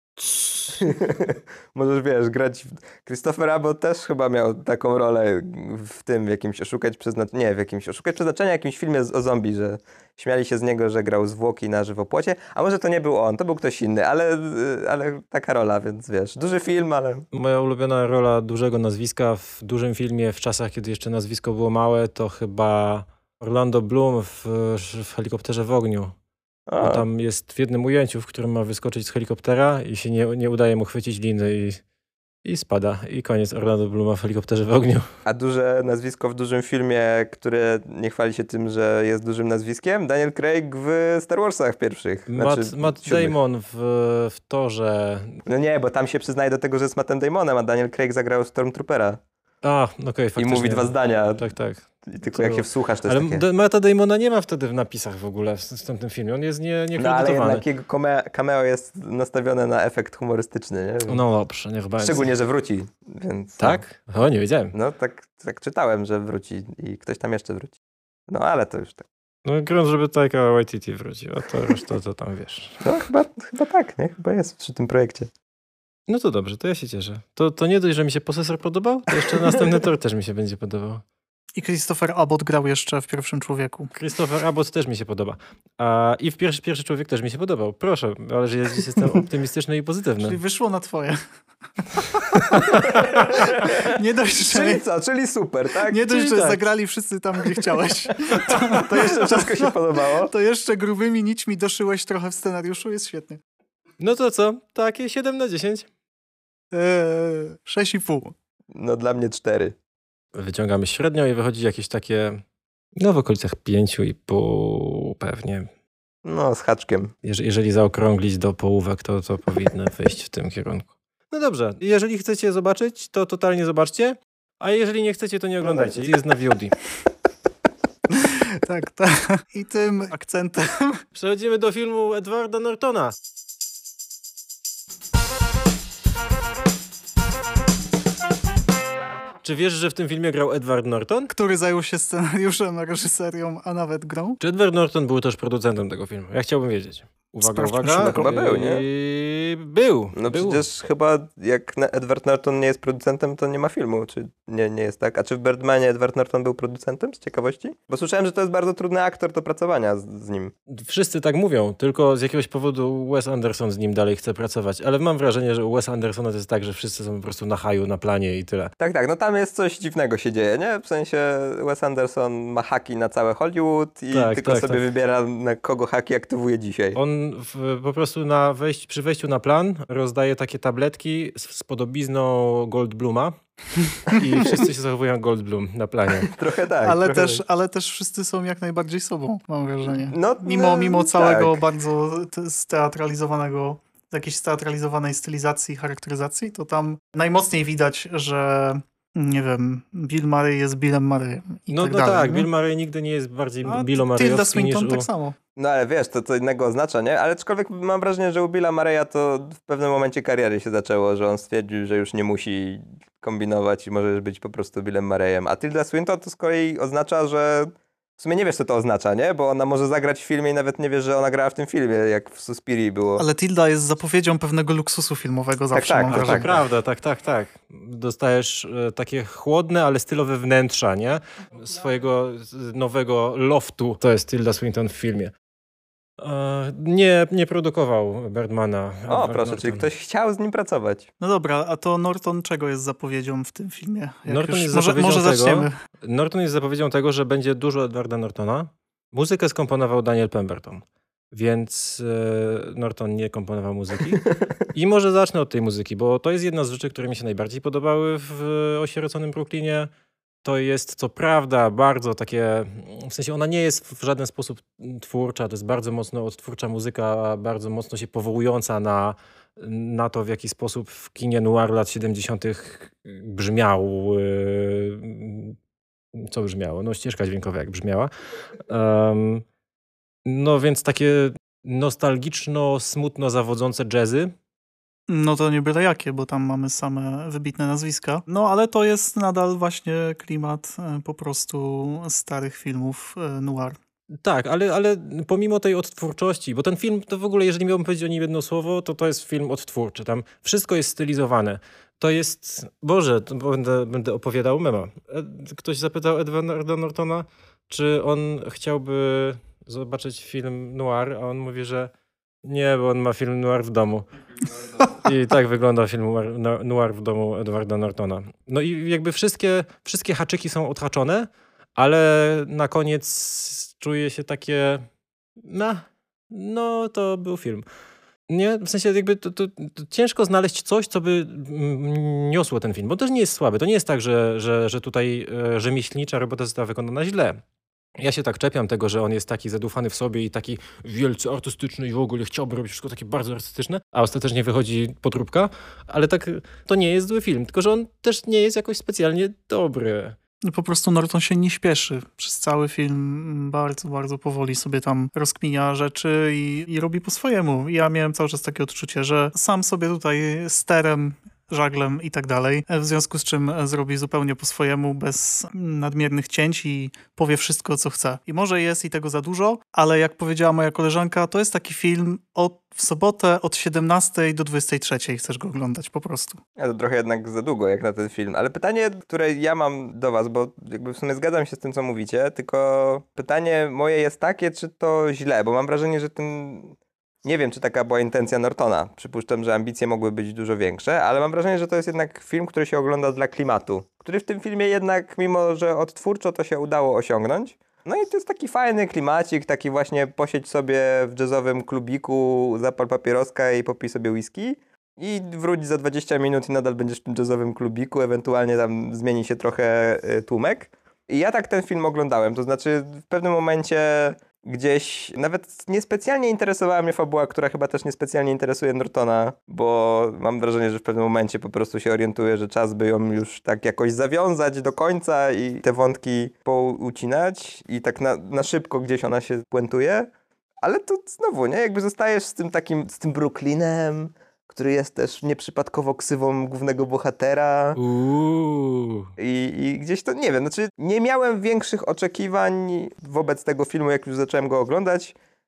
Możesz, wiesz, grać... Christopher Abbott też chyba miał taką rolę w tym, w jakimś Oszukać Przeznaczenia, jakimś filmie o zombie, że śmiali się z niego, że grał zwłoki na żywopłocie, a może to nie był on, to był ktoś inny, ale taka rola, więc wiesz, duży film, ale... Moja ulubiona rola dużego nazwiska w dużym filmie w czasach, kiedy jeszcze nazwisko było małe, to chyba Orlando Bloom w Helikopterze w ogniu. Bo tam jest w jednym ujęciu, w którym ma wyskoczyć z helikoptera i się nie udaje mu chwycić liny i spada. I koniec Orlando Blooma w Helikopterze w ogniu. A duże nazwisko w dużym filmie, które nie chwali się tym, że jest dużym nazwiskiem? Daniel Craig w Star Warsach pierwszych. Matt Damon w Torze. No nie, bo tam się przyznaje do tego, że jest Mattem Damonem, a Daniel Craig zagrał Stormtroopera. Okej, faktycznie. I mówi 2 zdania. Tak. I tylko jak się wsłuchasz, to jest ale takie... Matta Damona nie ma wtedy w napisach w ogóle w tym filmie. On jest niekredytowany. No ale jednak jego cameo jest nastawione na efekt humorystyczny, nie? No dobrze, niech będzie. Szczególnie, że wróci, więc... Tak? O, nie wiedziałem. No tak czytałem, że wróci i ktoś tam jeszcze wróci. No ale to już tak. No grunt, żeby Taika Waititi wrócił, a to reszta to tam wiesz. No chyba tak, nie? Chyba jest przy tym projekcie. No to dobrze, to ja się cieszę. To nie dość, że mi się Posesor podobał, to jeszcze następny tor też mi się będzie podobał. I Christopher Abbott grał jeszcze w Pierwszym Człowieku. Christopher Abbott też mi się podoba. I w pierwszy człowiek też mi się podobał. Proszę, ale że ja dziś jestem optymistyczny i pozytywny. Czyli wyszło na twoje. Nie dość, że... Czyli co? Czyli super, tak? Nie dość, Czyli że tak. zagrali wszyscy tam, gdzie chciałeś. To jeszcze wszystko się podobało. To jeszcze grubymi nićmi doszyłeś trochę w scenariuszu, jest świetnie. No to co? Takie 7/10? 6,5. No dla mnie 4. Wyciągamy średnią i wychodzi jakieś takie, no w okolicach 5,5 pewnie. No z haczkiem. Jeżeli zaokrąglić do połówek, to powinny wyjść w tym kierunku. No dobrze, jeżeli chcecie zobaczyć, to totalnie zobaczcie, a jeżeli nie chcecie, to nie oglądajcie. Jest na VOD. Tak. I tym akcentem... Przechodzimy do filmu Edwarda Nortona. Czy wiesz, że w tym filmie grał Edward Norton? który zajął się scenariuszem, reżyserią, a nawet grą. Czy Edward Norton był też producentem tego filmu? Ja chciałbym wiedzieć. Uwaga, Sprawdźmy uwaga. szybko. Chyba był, nie? Był. No był. przecież chyba jak Edward Norton nie jest producentem, to nie ma filmu, czy nie jest tak? A czy w Birdmanie Edward Norton był producentem, z ciekawości? Bo słyszałem, że to jest bardzo trudny aktor do pracowania z nim. Wszyscy tak mówią, tylko z jakiegoś powodu Wes Anderson z nim dalej chce pracować. Ale mam wrażenie, że u Wes Andersona to jest tak, że wszyscy są po prostu na haju, na planie i tyle. Tak, no tam jest coś dziwnego się dzieje, nie? W sensie Wes Anderson ma haki na całe Hollywood i tylko sobie wybiera, na kogo haki aktywuje dzisiaj. On po prostu przy wejściu na plan rozdaje takie tabletki z podobizną Goldbluma i wszyscy się zachowują jak Goldblum na planie. Trochę tak. Ale też wszyscy są jak najbardziej sobą, mam wrażenie. No, Mimo całego tak. bardzo jakiejś steatralizowanej stylizacji i charakteryzacji, to tam najmocniej widać, że nie wiem, Bill Murray jest Billem Murrayem i No tak dalej. tak, nie? Bill Murray nigdy nie jest bardziej A Billo Tilda Murrayowski niż Swinton tak samo. No ale wiesz, to co innego oznacza, nie? Ale aczkolwiek mam wrażenie, że u Billa Murraya to w pewnym momencie kariery się zaczęło, że on stwierdził, że już nie musi kombinować i może już być po prostu Billem Murrayem. A Tilda Swinton to z kolei oznacza, że w sumie nie wiesz, co to oznacza, nie? Bo ona może zagrać w filmie i nawet nie wiesz, że ona grała w tym filmie, jak w Suspirii było. Ale Tilda jest zapowiedzią pewnego luksusu filmowego zawsze, tak, mam to wrażenie. To prawda, tak. Dostajesz takie chłodne, ale stylowe wnętrza, nie? Swojego nowego loftu. To jest Tilda Swinton w filmie. Nie produkował Birdmana. O, proszę, czyli ktoś chciał z nim pracować. No dobra, a to Norton czego jest zapowiedzią w tym filmie? Norton jest może zapowiedzią zaczniemy. Norton jest zapowiedzią tego, że będzie dużo Edwarda Nortona. Muzykę skomponował Daniel Pemberton, więc Norton nie komponował muzyki. I może zacznę od tej muzyki, bo to jest jedna z rzeczy, które mi się najbardziej podobały w Osieroconym Brooklynie. To jest co prawda bardzo takie, w sensie ona nie jest w żaden sposób twórcza, to jest bardzo mocno odtwórcza muzyka, bardzo mocno się powołująca na to, w jaki sposób w kinie noir lat 70. brzmiał, co brzmiało, no ścieżka dźwiękowa jak brzmiała. No więc takie nostalgiczno, smutno zawodzące jazzy. No to nie byle jakie, bo tam mamy same wybitne nazwiska. No ale to jest nadal właśnie klimat po prostu starych filmów noir. Tak, ale pomimo tej odtwórczości, bo ten film, to w ogóle, jeżeli miałbym powiedzieć o nim jedno słowo, to jest film odtwórczy. Tam wszystko jest stylizowane. To jest... Boże, to będę opowiadał mema. Ktoś zapytał Edwarda Nortona, czy on chciałby zobaczyć film noir, a on mówi, że nie, bo on ma film noir w domu. I tak wygląda film noir w domu Edwarda Nortona. No i jakby wszystkie haczyki są odhaczone, ale na koniec czuje się takie no to był film. Nie, w sensie jakby to ciężko znaleźć coś, co by niosło ten film, bo też nie jest słaby. To nie jest tak, że tutaj rzemieślnicza robota została wykonana źle. Ja się tak czepiam tego, że on jest taki zadufany w sobie i taki wielce artystyczny i w ogóle chciałby robić wszystko takie bardzo artystyczne, a ostatecznie wychodzi podróbka, ale tak to nie jest zły film, tylko że on też nie jest jakoś specjalnie dobry. Po prostu Norton się nie śpieszy. Przez cały film bardzo, bardzo powoli sobie tam rozkminia rzeczy i robi po swojemu. Ja miałem cały czas takie odczucie, że sam sobie tutaj sterem, żaglem i tak dalej, w związku z czym zrobi zupełnie po swojemu, bez nadmiernych cięć i powie wszystko, co chce. I może jest i tego za dużo, ale jak powiedziała moja koleżanka, to jest taki film w sobotę od 17 do 23 chcesz go oglądać po prostu. Ja to trochę jednak za długo jak na ten film, ale pytanie, które ja mam do was, bo jakby w sumie zgadzam się z tym, co mówicie, tylko pytanie moje jest takie, czy to źle, bo mam wrażenie, że nie wiem, czy taka była intencja Nortona. Przypuszczam, że ambicje mogły być dużo większe, ale mam wrażenie, że to jest jednak film, który się ogląda dla klimatu, który w tym filmie jednak, mimo że odtwórczo to się udało osiągnąć. No i to jest taki fajny klimacik, taki właśnie posiedź sobie w jazzowym klubiku, zapal papieroska i popij sobie whisky i wróć za 20 minut i nadal będziesz w tym jazzowym klubiku, ewentualnie tam zmieni się trochę tłumek. I ja tak ten film oglądałem, to znaczy w pewnym momencie gdzieś nawet niespecjalnie interesowała mnie fabuła, która chyba też niespecjalnie interesuje Nortona, bo mam wrażenie, że w pewnym momencie po prostu się orientuje, że czas by ją już tak jakoś zawiązać do końca i te wątki poucinać i tak na szybko gdzieś ona się puentuje, ale to znowu, nie? Jakby zostajesz z tym Brooklynem, który jest też nieprzypadkowo ksywą głównego bohatera. I gdzieś to, nie wiem, znaczy nie miałem większych oczekiwań wobec tego filmu, jak już zacząłem go oglądać,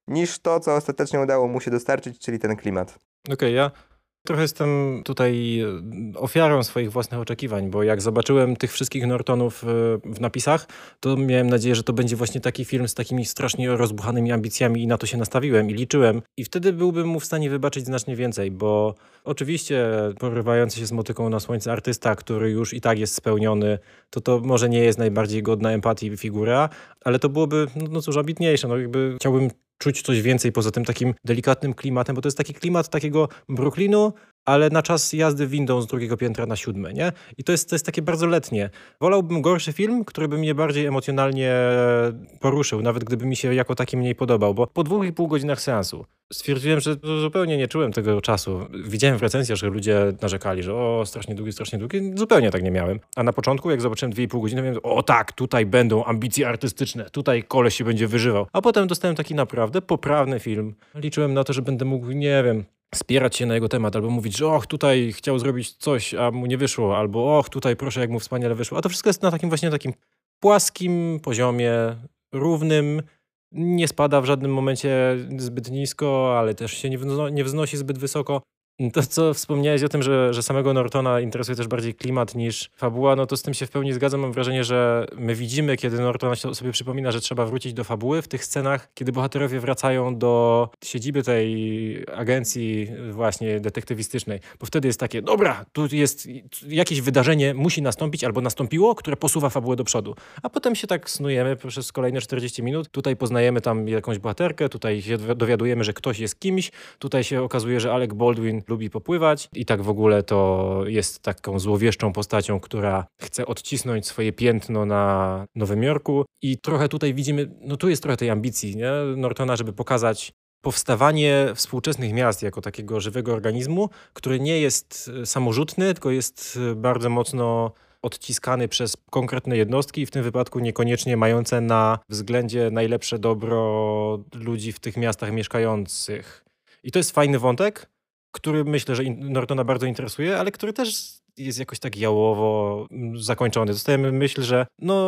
niż to, co ostatecznie udało mu się dostarczyć, czyli ten klimat. Okej, ja trochę jestem tutaj ofiarą swoich własnych oczekiwań, bo jak zobaczyłem tych wszystkich Nortonów w napisach, to miałem nadzieję, że to będzie właśnie taki film z takimi strasznie rozbuchanymi ambicjami i na to się nastawiłem i liczyłem. I wtedy byłbym mu w stanie wybaczyć znacznie więcej, bo oczywiście porywający się z motyką na słońce artysta, który już i tak jest spełniony, to może nie jest najbardziej godna empatii figura, ale to byłoby, no cóż, ambitniejsze. No jakby chciałbym czuć coś więcej poza tym takim delikatnym klimatem, bo to jest taki klimat takiego Brooklynu, ale na czas jazdy windą z 2. piętra na 7, nie? I to jest takie bardzo letnie. Wolałbym gorszy film, który by mnie bardziej emocjonalnie poruszył, nawet gdyby mi się jako taki mniej podobał, bo po 2,5 godzinach seansu stwierdziłem, że zupełnie nie czułem tego czasu. Widziałem w recenzjach, że ludzie narzekali, że strasznie długi, strasznie długi. Zupełnie tak nie miałem. A na początku, jak zobaczyłem 2,5 godziny, miałem, o tak, tutaj będą ambicje artystyczne, tutaj koleś się będzie wyżywał. A potem dostałem taki naprawdę poprawny film. Liczyłem na to, że będę mógł, nie wiem, spierać się na jego temat, albo mówić, że tutaj chciał zrobić coś, a mu nie wyszło, albo tutaj proszę, jak mu wspaniale wyszło. A to wszystko jest na takim płaskim poziomie, równym, nie spada w żadnym momencie zbyt nisko, ale też się nie wznosi zbyt wysoko. To, co wspomniałeś o tym, że samego Nortona interesuje też bardziej klimat niż fabuła, no to z tym się w pełni zgadzam. Mam wrażenie, że my widzimy, kiedy Norton sobie przypomina, że trzeba wrócić do fabuły w tych scenach, kiedy bohaterowie wracają do siedziby tej agencji właśnie detektywistycznej, bo wtedy jest takie, dobra, tu jest jakieś wydarzenie, musi nastąpić albo nastąpiło, które posuwa fabułę do przodu. A potem się tak snujemy przez kolejne 40 minut. Tutaj poznajemy tam jakąś bohaterkę, tutaj się dowiadujemy, że ktoś jest kimś, tutaj się okazuje, że Alec Baldwin lubi popływać i tak w ogóle to jest taką złowieszczą postacią, która chce odcisnąć swoje piętno na Nowym Jorku i trochę tutaj widzimy, no tu jest trochę tej ambicji, nie? Nortona, żeby pokazać powstawanie współczesnych miast jako takiego żywego organizmu, który nie jest samorzutny, tylko jest bardzo mocno odciskany przez konkretne jednostki i w tym wypadku niekoniecznie mające na względzie najlepsze dobro ludzi w tych miastach mieszkających. I to jest fajny wątek, który myślę, że Nortona bardzo interesuje, ale który też jest jakoś tak jałowo zakończony. Dostajemy myśl, że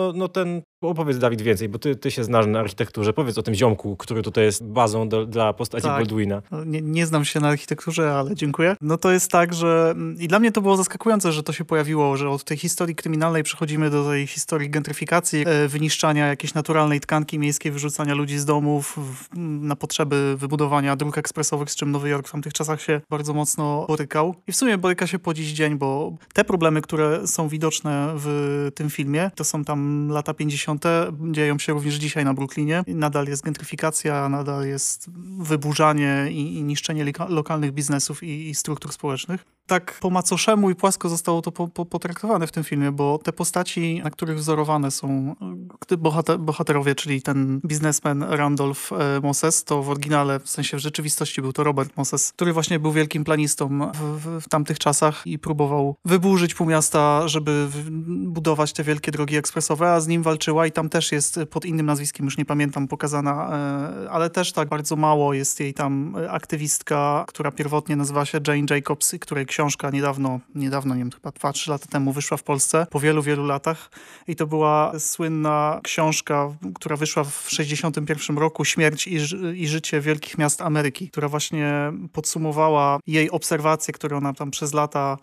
opowiedz, Dawid, więcej, bo ty się znasz na architekturze. Powiedz o tym ziomku, który tutaj jest bazą dla postaci Baldwina. Nie znam się na architekturze, ale dziękuję. No to jest tak, że i dla mnie to było zaskakujące, że to się pojawiło, że od tej historii kryminalnej przechodzimy do tej historii gentryfikacji, wyniszczania jakiejś naturalnej tkanki miejskiej, wyrzucania ludzi z domów na potrzeby wybudowania dróg ekspresowych, z czym Nowy Jork w tamtych czasach się bardzo mocno borykał. I w sumie boryka się po dziś dzień, bo te problemy, które są widoczne w tym filmie, to są tam lata 50., dzieją się również dzisiaj na Brooklynie. Nadal jest gentryfikacja, nadal jest wyburzanie i niszczenie lokalnych biznesów i struktur społecznych. Tak po macoszemu i płasko zostało to potraktowane w tym filmie, bo te postaci, na których wzorowane są bohaterowie, czyli ten biznesmen Randolph Moses, to w oryginale, w sensie w rzeczywistości był to Robert Moses, który właśnie był wielkim planistą w tamtych czasach i próbował wyburzyć pół miasta, żeby budować te wielkie drogi ekspresowe, a z nim walczyła i tam też jest pod innym nazwiskiem, już nie pamiętam, pokazana, ale też tak bardzo mało jest jej tam aktywistka, która pierwotnie nazywa się Jane Jacobs i której książka niedawno, nie wiem, chyba 2-3 lata temu wyszła w Polsce, po wielu, wielu latach i to była słynna książka, która wyszła w 1961 roku, Śmierć i życie wielkich miast Ameryki, która właśnie podsumowała jej obserwacje, które ona tam przez lata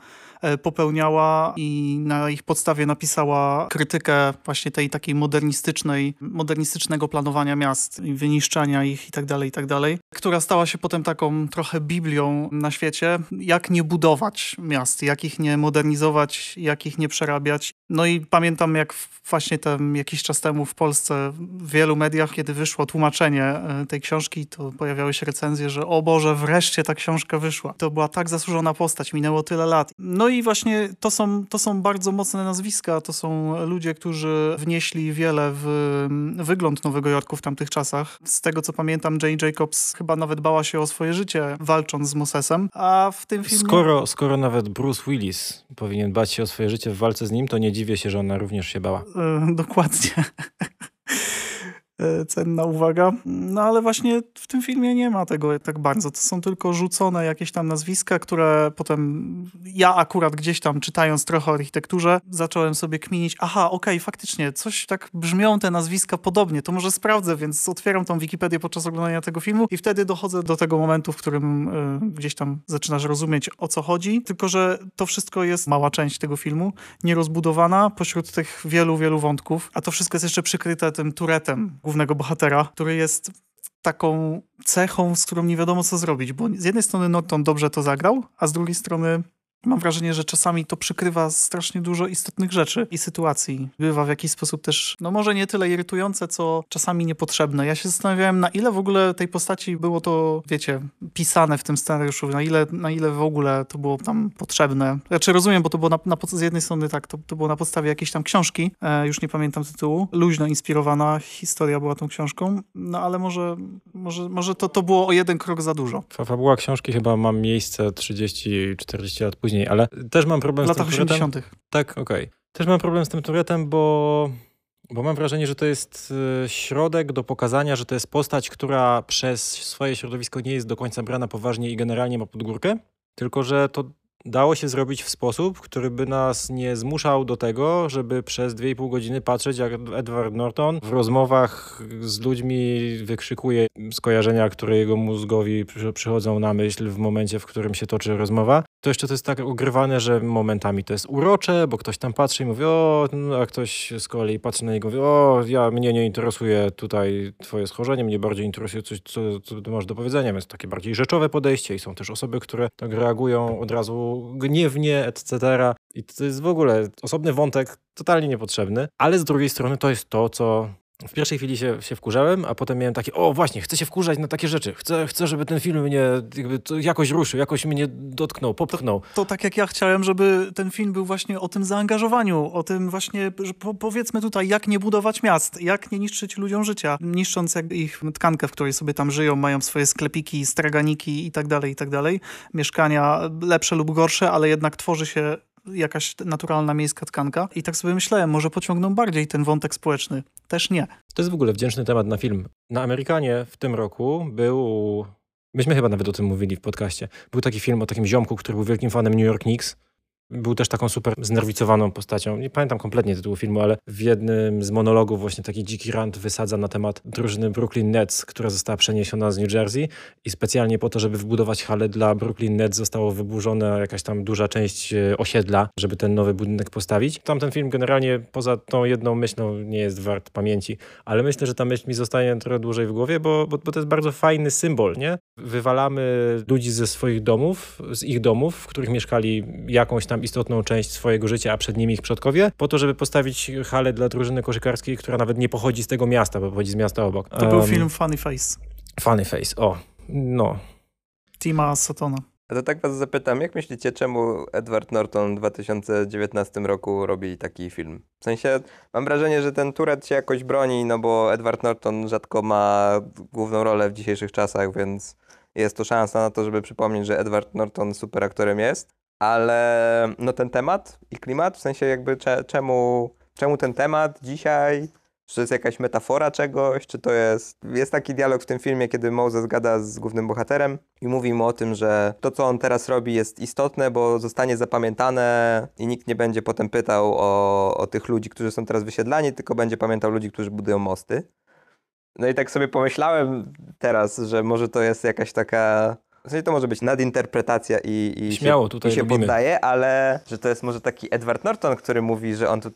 popełniała i na ich podstawie napisała krytykę właśnie tej takiej modernistycznego planowania miast, wyniszczania ich i tak dalej, która stała się potem taką trochę Biblią na świecie, jak nie budować miast, jak ich nie modernizować, jak ich nie przerabiać. No i pamiętam, jak właśnie jakiś czas temu w Polsce w wielu mediach, kiedy wyszło tłumaczenie tej książki, to pojawiały się recenzje, że o Boże, wreszcie ta książka wyszła. To była tak zasłużona postać, minęło tyle lat. No i właśnie to są bardzo mocne nazwiska, to są ludzie, którzy wnieśli wiele w wygląd Nowego Jorku w tamtych czasach. Z tego, co pamiętam, Jane Jacobs chyba nawet bała się o swoje życie, walcząc z Mosesem, a w tym filmie... Skoro nawet Bruce Willis powinien bać się o swoje życie w walce z nim, to nie dziwię się, że ona również się bała. Dokładnie. cenna uwaga. No ale właśnie w tym filmie nie ma tego tak bardzo. To są tylko rzucone jakieś tam nazwiska, które potem ja akurat gdzieś tam czytając trochę o architekturze zacząłem sobie kminić, okej, faktycznie coś tak brzmią te nazwiska podobnie, to może sprawdzę, więc otwieram tą Wikipedię podczas oglądania tego filmu i wtedy dochodzę do tego momentu, w którym gdzieś tam zaczynasz rozumieć, o co chodzi, tylko że to wszystko jest mała część tego filmu, nierozbudowana pośród tych wielu, wielu wątków, a to wszystko jest jeszcze przykryte tym turetem głównego bohatera, który jest taką cechą, z którą nie wiadomo co zrobić, bo z jednej strony Norton dobrze to zagrał, a z drugiej strony mam wrażenie, że czasami to przykrywa strasznie dużo istotnych rzeczy i sytuacji. Bywa w jakiś sposób też, no może nie tyle irytujące, co czasami niepotrzebne. Ja się zastanawiałem, na ile w ogóle tej postaci było to, wiecie, pisane w tym scenariuszu, na ile w ogóle to było tam potrzebne. Znaczy rozumiem, bo to było z jednej strony tak, to było na podstawie jakiejś tam książki, już nie pamiętam tytułu, luźno inspirowana historia była tą książką, no ale może to było o jeden krok za dużo. Fabuła książki chyba ma miejsce 30-40 lat później, ale też mam problem w z tym latach turetem. 80. Tak, okej. Też mam problem z tym turetem, bo mam wrażenie, że to jest środek do pokazania, że to jest postać, która przez swoje środowisko nie jest do końca brana poważnie i generalnie ma pod górkę, tylko że to dało się zrobić w sposób, który by nas nie zmuszał do tego, żeby przez 2,5 godziny patrzeć, jak Edward Norton w rozmowach z ludźmi wykrzykuje skojarzenia, które jego mózgowi przychodzą na myśl w momencie, w którym się toczy rozmowa. To jeszcze to jest tak ogrywane, że momentami to jest urocze, bo ktoś tam patrzy i mówi, a ktoś z kolei patrzy na niego i mówi, mnie nie interesuje tutaj twoje schorzenie, mnie bardziej interesuje coś, co ty masz do powiedzenia, więc takie bardziej rzeczowe podejście i są też osoby, które tak reagują od razu gniewnie, etc. I to jest w ogóle osobny wątek, totalnie niepotrzebny, ale z drugiej strony to jest to, co w pierwszej chwili się wkurzałem, a potem miałem takie, właśnie, chcę się wkurzać na takie rzeczy. Chcę, żeby ten film mnie jakoś ruszył, jakoś mnie dotknął, popchnął. To tak jak ja chciałem, żeby ten film był właśnie o tym zaangażowaniu, o tym właśnie, że powiedzmy tutaj, jak nie budować miast, jak nie niszczyć ludziom życia, niszcząc ich tkankę, w której sobie tam żyją, mają swoje sklepiki, straganiki i tak dalej, mieszkania lepsze lub gorsze, ale jednak tworzy się jakaś naturalna miejska tkanka. I tak sobie myślałem, może pociągną bardziej ten wątek społeczny. Też nie. To jest w ogóle wdzięczny temat na film. Na Amerykanie w tym roku myśmy chyba nawet o tym mówili w podcaście, był taki film o takim ziomku, który był wielkim fanem New York Knicks. Był też taką super znerwicowaną postacią. Nie pamiętam kompletnie tytułu filmu, ale w jednym z monologów właśnie taki dziki rant wysadza na temat drużyny Brooklyn Nets, która została przeniesiona z New Jersey i specjalnie po to, żeby wybudować halę dla Brooklyn Nets zostało wyburzona jakaś tam duża część osiedla, żeby ten nowy budynek postawić. Tamten film generalnie poza tą jedną myślą nie jest wart pamięci, ale myślę, że ta myśl mi zostanie trochę dłużej w głowie, bo to jest bardzo fajny symbol, nie? Wywalamy ludzi ze swoich domów, z ich domów, w których mieszkali jakąś tam istotną część swojego życia, a przed nimi ich przodkowie, po to, żeby postawić halę dla drużyny koszykarskiej, która nawet nie pochodzi z tego miasta, bo pochodzi z miasta obok. To był film Funny Face. Funny Face, no. Tima Satona. A to tak was zapytam, jak myślicie, czemu Edward Norton w 2019 roku robi taki film? W sensie, mam wrażenie, że ten Turet się jakoś broni, no bo Edward Norton rzadko ma główną rolę w dzisiejszych czasach, więc jest to szansa na to, żeby przypomnieć, że Edward Norton super aktorem jest. Ale no ten temat i klimat, w sensie jakby czemu ten temat dzisiaj? Czy to jest jakaś metafora czegoś? Czy to jest taki dialog w tym filmie, kiedy Moses gada z głównym bohaterem i mówi mu o tym, że to, co on teraz robi, jest istotne, bo zostanie zapamiętane i nikt nie będzie potem pytał o tych ludzi, którzy są teraz wysiedlani, tylko będzie pamiętał ludzi, którzy budują mosty. No i tak sobie pomyślałem teraz, że może to jest jakaś taka... W sensie to może być nadinterpretacja i Śmiało, tutaj się lubimy. poddaje, ale że to jest może taki Edward Norton, który mówi,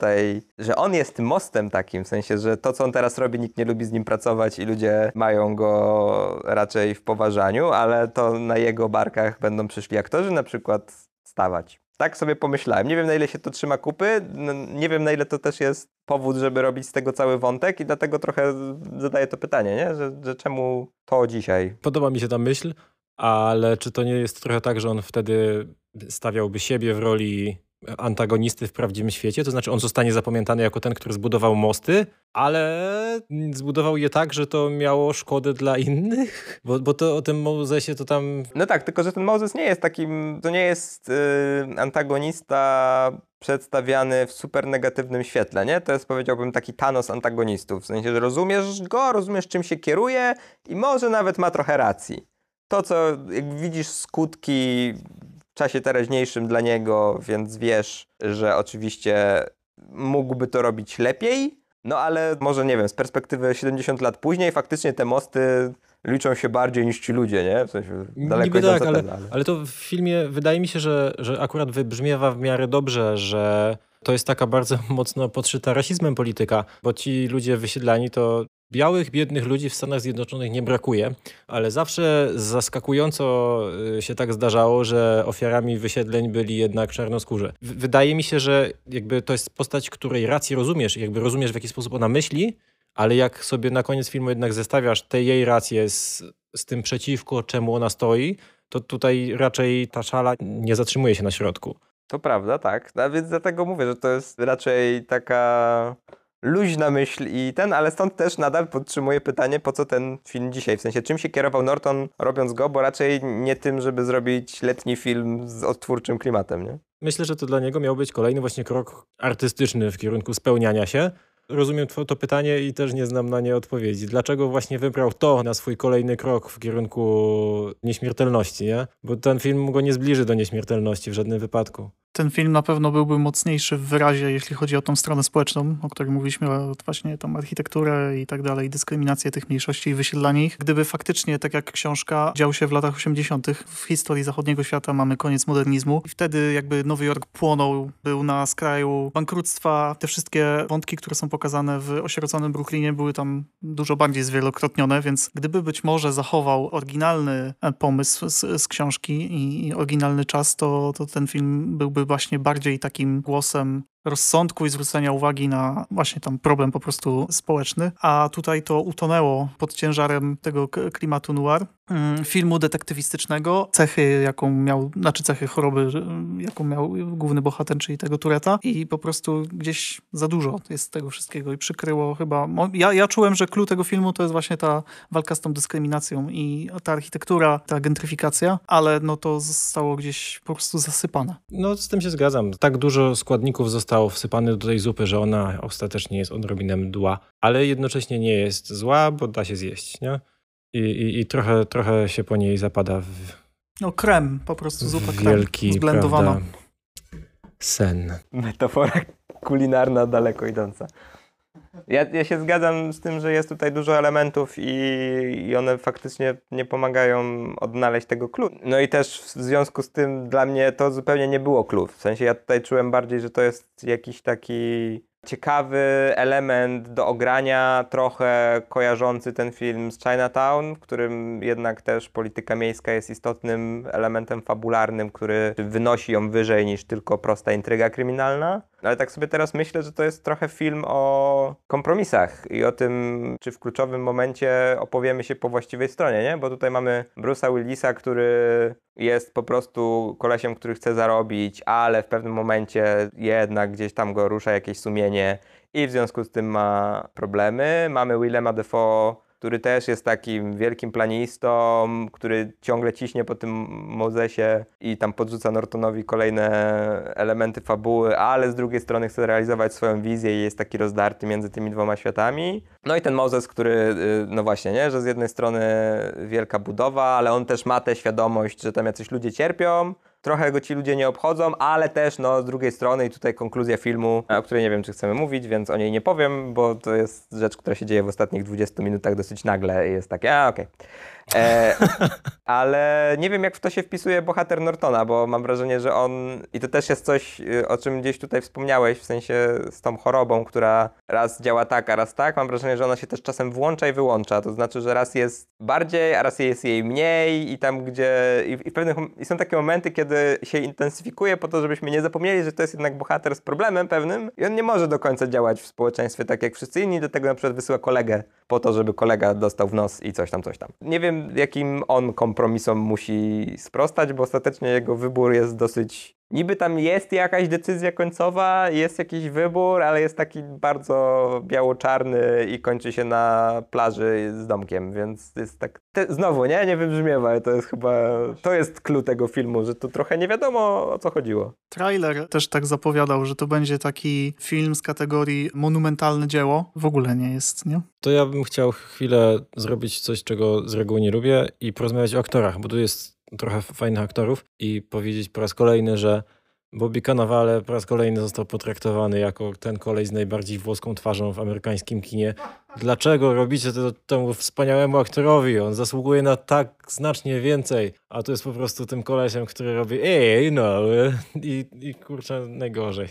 że on jest tym mostem takim, w sensie, że to, co on teraz robi, nikt nie lubi z nim pracować i ludzie mają go raczej w poważaniu, ale to na jego barkach będą przyszli aktorzy na przykład stawać. Tak sobie pomyślałem. Nie wiem, na ile się to trzyma kupy, nie wiem, na ile to też jest powód, żeby robić z tego cały wątek i dlatego trochę zadaję to pytanie, nie? Że czemu to dzisiaj? Podoba mi się ta myśl, ale czy to nie jest trochę tak, że on wtedy stawiałby siebie w roli antagonisty w prawdziwym świecie, to znaczy on zostanie zapamiętany jako ten, który zbudował mosty, ale zbudował je tak, że to miało szkodę dla innych, bo to o tym Mozesie to tam... No tak, tylko że ten Moses nie jest takim, to nie jest antagonista przedstawiany w super negatywnym świetle, nie? To jest, powiedziałbym, taki Thanos antagonistów, w sensie, że rozumiesz go, rozumiesz czym się kieruje i może nawet ma trochę racji. To, co jakby widzisz skutki w czasie teraźniejszym dla niego, więc wiesz, że oczywiście mógłby to robić lepiej, no ale może, nie wiem, z perspektywy 70 lat później faktycznie te mosty liczą się bardziej niż ci ludzie, nie? W sensie daleko Niby idąca tak, teza, ale to w filmie wydaje mi się, że akurat wybrzmiewa w miarę dobrze, że to jest taka bardzo mocno podszyta rasizmem polityka, bo ci ludzie wysiedlani to białych, biednych ludzi w Stanach Zjednoczonych nie brakuje, ale zawsze zaskakująco się tak zdarzało, że ofiarami wysiedleń byli jednak czarnoskórzy. Wydaje mi się, że jakby to jest postać, której rację rozumiesz, jakby rozumiesz w jaki sposób ona myśli, ale jak sobie na koniec filmu jednak zestawiasz te jej racje z tym przeciwko czemu ona stoi, to tutaj raczej ta szala nie zatrzymuje się na środku. To prawda, tak. A więc dlatego mówię, że to jest raczej taka luźna myśl i ale stąd też nadal podtrzymuję pytanie, po co ten film dzisiaj? W sensie, czym się kierował Norton robiąc go, bo raczej nie tym, żeby zrobić letni film z odtwórczym klimatem, nie? Myślę, że to dla niego miał być kolejny właśnie krok artystyczny w kierunku spełniania się. Rozumiem to pytanie i też nie znam na nie odpowiedzi. Dlaczego właśnie wybrał to na swój kolejny krok w kierunku nieśmiertelności, nie? Bo ten film go nie zbliży do nieśmiertelności w żadnym wypadku. Ten film na pewno byłby mocniejszy w wyrazie, jeśli chodzi o tą stronę społeczną, o której mówiliśmy, właśnie tą architekturę i tak dalej, dyskryminację tych mniejszości i wysiedlanie ich. Gdyby faktycznie, tak jak książka, dział się w latach 80. w historii zachodniego świata, mamy koniec modernizmu i wtedy jakby Nowy Jork płonął, był na skraju bankructwa. Te wszystkie wątki, które są pokazane w osieroconym Brooklynie, były tam dużo bardziej zwielokrotnione, więc gdyby być może zachował oryginalny pomysł z książki i oryginalny czas, to ten film byłby właśnie bardziej takim głosem rozsądku i zwrócenia uwagi na właśnie tam problem po prostu społeczny, a tutaj to utonęło pod ciężarem tego klimatu noir, filmu detektywistycznego, cechy choroby, jaką miał główny bohater, czyli tego Touretta i po prostu gdzieś za dużo jest tego wszystkiego i przykryło chyba, ja czułem, że clue tego filmu to jest właśnie ta walka z tą dyskryminacją i ta architektura, ta gentryfikacja, ale no to zostało gdzieś po prostu zasypane. No z tym się zgadzam. Tak dużo składników zostało wsypane do tej zupy, że ona ostatecznie jest odrobinę mdła, ale jednocześnie nie jest zła, bo da się zjeść, nie? I trochę się po niej zapada w No krem, po prostu zupa krem, wielki, zblendowana. prawda, sen. Metafora kulinarna daleko idąca. Ja się zgadzam z tym, że jest tutaj dużo elementów i one faktycznie nie pomagają odnaleźć tego clue. No i też w związku z tym dla mnie to zupełnie nie było clue. W sensie ja tutaj czułem bardziej, że to jest jakiś taki ciekawy element do ogrania, trochę kojarzący ten film z Chinatown, w którym jednak też polityka miejska jest istotnym elementem fabularnym, który wynosi ją wyżej niż tylko prosta intryga kryminalna. Ale tak sobie teraz myślę, że to jest trochę film o kompromisach i o tym, czy w kluczowym momencie opowiemy się po właściwej stronie, nie? Bo tutaj mamy Bruce'a Willisa, który jest po prostu kolesiem, który chce zarobić, ale w pewnym momencie jednak gdzieś tam go rusza jakieś sumienie i w związku z tym ma problemy. Mamy Willema Dafoe, który też jest takim wielkim planistą, który ciągle ciśnie po tym Mosesie i tam podrzuca Nortonowi kolejne elementy fabuły, ale z drugiej strony chce realizować swoją wizję i jest taki rozdarty między tymi dwoma światami. No i ten Moses, który, no właśnie, nie, że z jednej strony wielka budowa, ale on też ma tę świadomość, że tam jacyś ludzie cierpią, trochę go ci ludzie nie obchodzą, ale też no z drugiej strony i tutaj konkluzja filmu, o której nie wiem, czy chcemy mówić, więc o niej nie powiem, bo to jest rzecz, która się dzieje w ostatnich 20 minutach dosyć nagle i jest takie, okej. Ale nie wiem, jak w to się wpisuje bohater Nortona, bo mam wrażenie, że on, i to też jest coś, o czym gdzieś tutaj wspomniałeś, w sensie z tą chorobą, która raz działa tak, a raz tak, mam wrażenie, że ona się też czasem włącza i wyłącza, to znaczy, że raz jest bardziej, a raz jest jej mniej i tam, gdzie, i są takie momenty, kiedy się intensyfikuje po to, żebyśmy nie zapomnieli, że to jest jednak bohater z problemem pewnym i on nie może do końca działać w społeczeństwie tak jak wszyscy inni, do tego na przykład wysyła kolegę po to, żeby kolega dostał w nos i coś tam. Nie wiem, jakim on kompromisom musi sprostać, bo ostatecznie jego wybór jest dosyć Niby tam jest jakaś decyzja końcowa, jest jakiś wybór, ale jest taki bardzo biało-czarny i kończy się na plaży z domkiem, więc jest tak... Znowu, nie wybrzmiewa, ale to jest chyba... To jest clue tego filmu, że tu trochę nie wiadomo, o co chodziło. Trailer też tak zapowiadał, że to będzie taki film z kategorii monumentalne dzieło. W ogóle nie jest, nie? To ja bym chciał chwilę zrobić coś, czego z reguły nie lubię i porozmawiać o aktorach, bo tu jest trochę fajnych aktorów i powiedzieć po raz kolejny, że Bobby Cannavale po raz kolejny został potraktowany jako ten kolej z najbardziej włoską twarzą w amerykańskim kinie. Dlaczego robicie to temu wspaniałemu aktorowi? On zasługuje na tak znacznie więcej, a tu jest po prostu tym kolesiem, który robi i kurczę, najgorzej.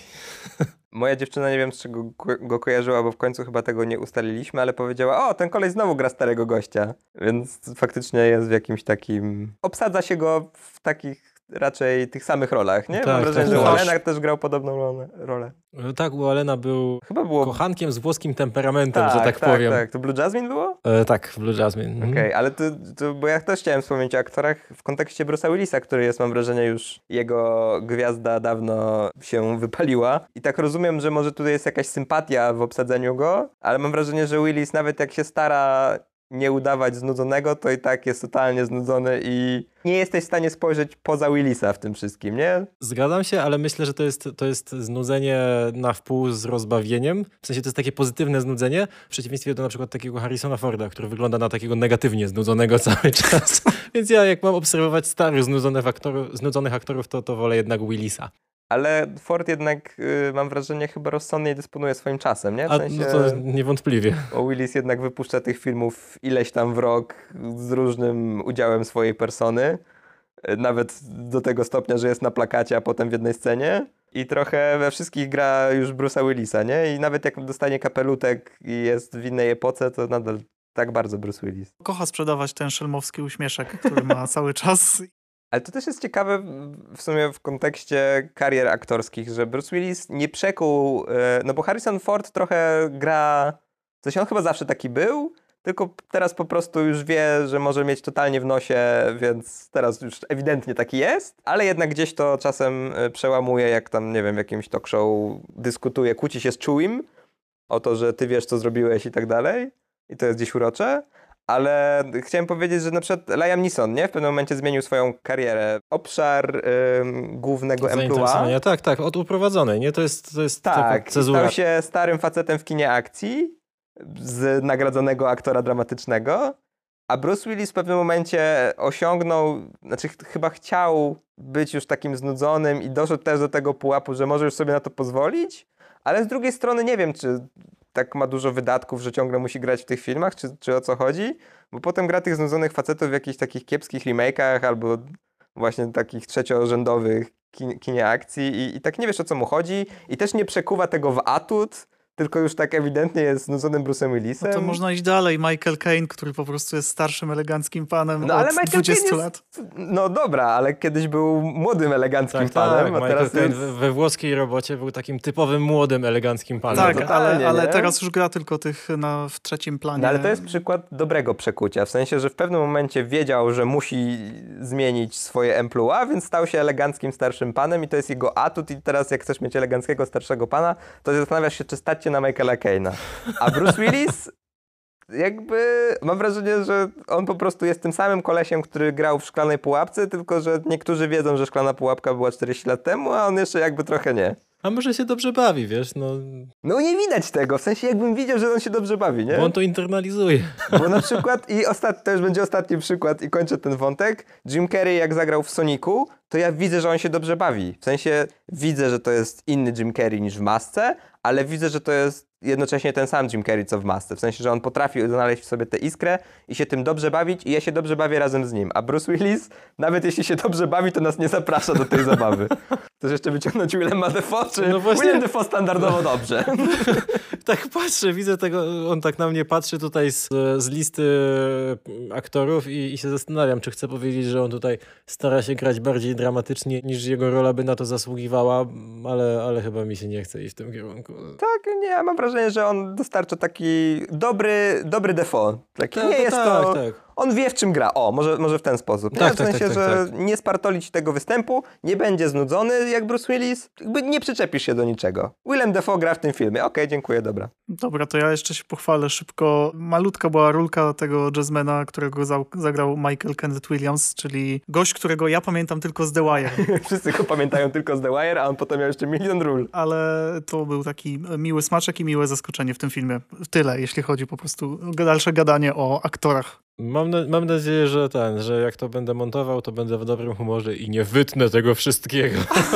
Moja dziewczyna, nie wiem z czego go kojarzyła, bo w końcu chyba tego nie ustaliliśmy, ale powiedziała, o, ten kolej znowu gra starego gościa. Więc faktycznie jest w jakimś takim... Obsadza się go w takich raczej tych samych rolach, nie? Tak, Mam wrażenie, tak, że tak. Alena też grał podobną rolę. Tak, bo Alena był Chyba było... kochankiem z włoskim temperamentem, że tak powiem. Tak. To Blue Jasmine było? Tak, w Blue Jasmine. Okej, ale bo ja też chciałem wspomnieć o aktorach w kontekście Bruce'a Willisa, który jest, mam wrażenie, już jego gwiazda dawno się wypaliła. I tak rozumiem, że może tutaj jest jakaś sympatia w obsadzeniu go, ale mam wrażenie, że Willis nawet jak się stara nie udawać znudzonego, to i tak jest totalnie znudzony i nie jesteś w stanie spojrzeć poza Willisa w tym wszystkim, nie? Zgadzam się, ale myślę, że to jest znudzenie na wpół z rozbawieniem. W sensie to jest takie pozytywne znudzenie, w przeciwieństwie do na przykład takiego Harrisona Forda, który wygląda na takiego negatywnie znudzonego cały czas. Więc ja jak mam obserwować starych znudzonych aktorów, to wolę jednak Willisa. Ale Ford jednak, mam wrażenie, chyba rozsądnie dysponuje swoim czasem, nie? W sensie, no to niewątpliwie. bo Willis jednak wypuszcza tych filmów ileś tam w rok z różnym udziałem swojej persony. Nawet do tego stopnia, że jest na plakacie, a potem w jednej scenie. I trochę we wszystkich gra już Bruce'a Willisa, nie? I nawet jak dostanie kapelutek i jest w innej epoce, to nadal tak bardzo Bruce Willis. Kocha sprzedawać ten szelmowski uśmieszek, który ma cały czas. Ale to też jest ciekawe w sumie w kontekście karier aktorskich, że Bruce Willis nie przekuł, no bo Harrison Ford trochę gra, w sensie on chyba zawsze taki był, tylko teraz po prostu już wie, że może mieć totalnie w nosie, więc teraz już ewidentnie taki jest, ale jednak gdzieś to czasem przełamuje, jak tam, nie wiem, w jakimś talk show dyskutuje, kłóci się z Chewim o to, że ty wiesz, co zrobiłeś i tak dalej. I to jest gdzieś urocze. Ale chciałem powiedzieć, że na przykład Liam Neeson, nie? W pewnym momencie zmienił swoją karierę. Obszar głównego emploi. Tak, od uprowadzonej, nie? To jest tak, tylko cezura. Stał się starym facetem w kinie akcji z nagradzonego aktora dramatycznego, a Bruce Willis w pewnym momencie osiągnął, znaczy chyba chciał być już takim znudzonym i doszedł też do tego pułapu, że może już sobie na to pozwolić, ale z drugiej strony nie wiem, czy tak ma dużo wydatków, że ciągle musi grać w tych filmach, czy o co chodzi, bo potem gra tych znudzonych facetów w jakichś takich kiepskich remake'ach albo właśnie takich trzeciorzędowych kinie akcji i tak nie wiesz, o co mu chodzi i też nie przekuwa tego w atut, tylko już tak ewidentnie jest znudzonym Bruce'em Willisem. No to można iść dalej. Michael Caine, który po prostu jest starszym, eleganckim panem no, ale od Michael 20 Caine lat. No dobra, ale kiedyś był młodym, eleganckim panem, a Michael teraz Caine jest... we włoskiej robocie był takim typowym, młodym, eleganckim panem. Tak, totalnie, ale nie? teraz już gra tylko tych w trzecim planie. No ale to jest przykład dobrego przekucia, w sensie, że w pewnym momencie wiedział, że musi zmienić swoje emploi, więc stał się eleganckim starszym panem i to jest jego atut i teraz jak chcesz mieć eleganckiego starszego pana, to zastanawiasz się, czy stać cię na Michaela Caine'a. A Bruce Willis jakby mam wrażenie, że on po prostu jest tym samym kolesiem, który grał w Szklanej Pułapce, tylko że niektórzy wiedzą, że Szklana Pułapka była 40 lat temu, a on jeszcze jakby trochę nie. A może się dobrze bawi, wiesz, no... No nie widać tego, w sensie jakbym widział, że on się dobrze bawi, nie? Bo on to internalizuje. Bo na przykład, to już będzie ostatni przykład i kończę ten wątek, Jim Carrey jak zagrał w Sonicu, to ja widzę, że on się dobrze bawi. W sensie widzę, że to jest inny Jim Carrey niż w Masce, ale widzę, że to jest jednocześnie ten sam Jim Carrey, co w Masce. W sensie, że on potrafi znaleźć w sobie tę iskrę i się tym dobrze bawić i ja się dobrze bawię razem z nim. A Bruce Willis, nawet jeśli się dobrze bawi, to nas nie zaprasza do tej zabawy. Chcesz jeszcze wyciągnąć Willema Dafoe, czy No właśnie... Willem Dafoe standardowo dobrze? Tak patrzę, widzę tego, on tak na mnie patrzy tutaj z listy aktorów i się zastanawiam, czy chcę powiedzieć, że on tutaj stara się grać bardziej dramatycznie, niż jego rola by na to zasługiwała, ale chyba mi się nie chce iść w tym kierunku. Tak, nie, ja mam wrażenie, że on dostarcza taki dobry Dafoe. Taki nie jest to... Tak. On wie, w czym gra. O, może w ten sposób. Tak, W sensie, tak, że tak. nie spartolić tego występu, nie będzie znudzony jak Bruce Willis, jakby nie przyczepisz się do niczego. Willem Dafoe gra w tym filmie. Okej, dziękuję, dobra. Dobra, to ja jeszcze się pochwalę szybko. Malutka była rulka tego jazzmana, którego zagrał Michael Kenneth Williams, czyli gość, którego ja pamiętam tylko z The Wire. Wszyscy go pamiętają tylko z The Wire, a on potem miał jeszcze milion ról. Ale to był taki miły smaczek i miłe zaskoczenie w tym filmie. Tyle, jeśli chodzi po prostu o dalsze gadanie o aktorach. Mam nadzieję, że jak to będę montował, to będę w dobrym humorze i nie wytnę tego wszystkiego.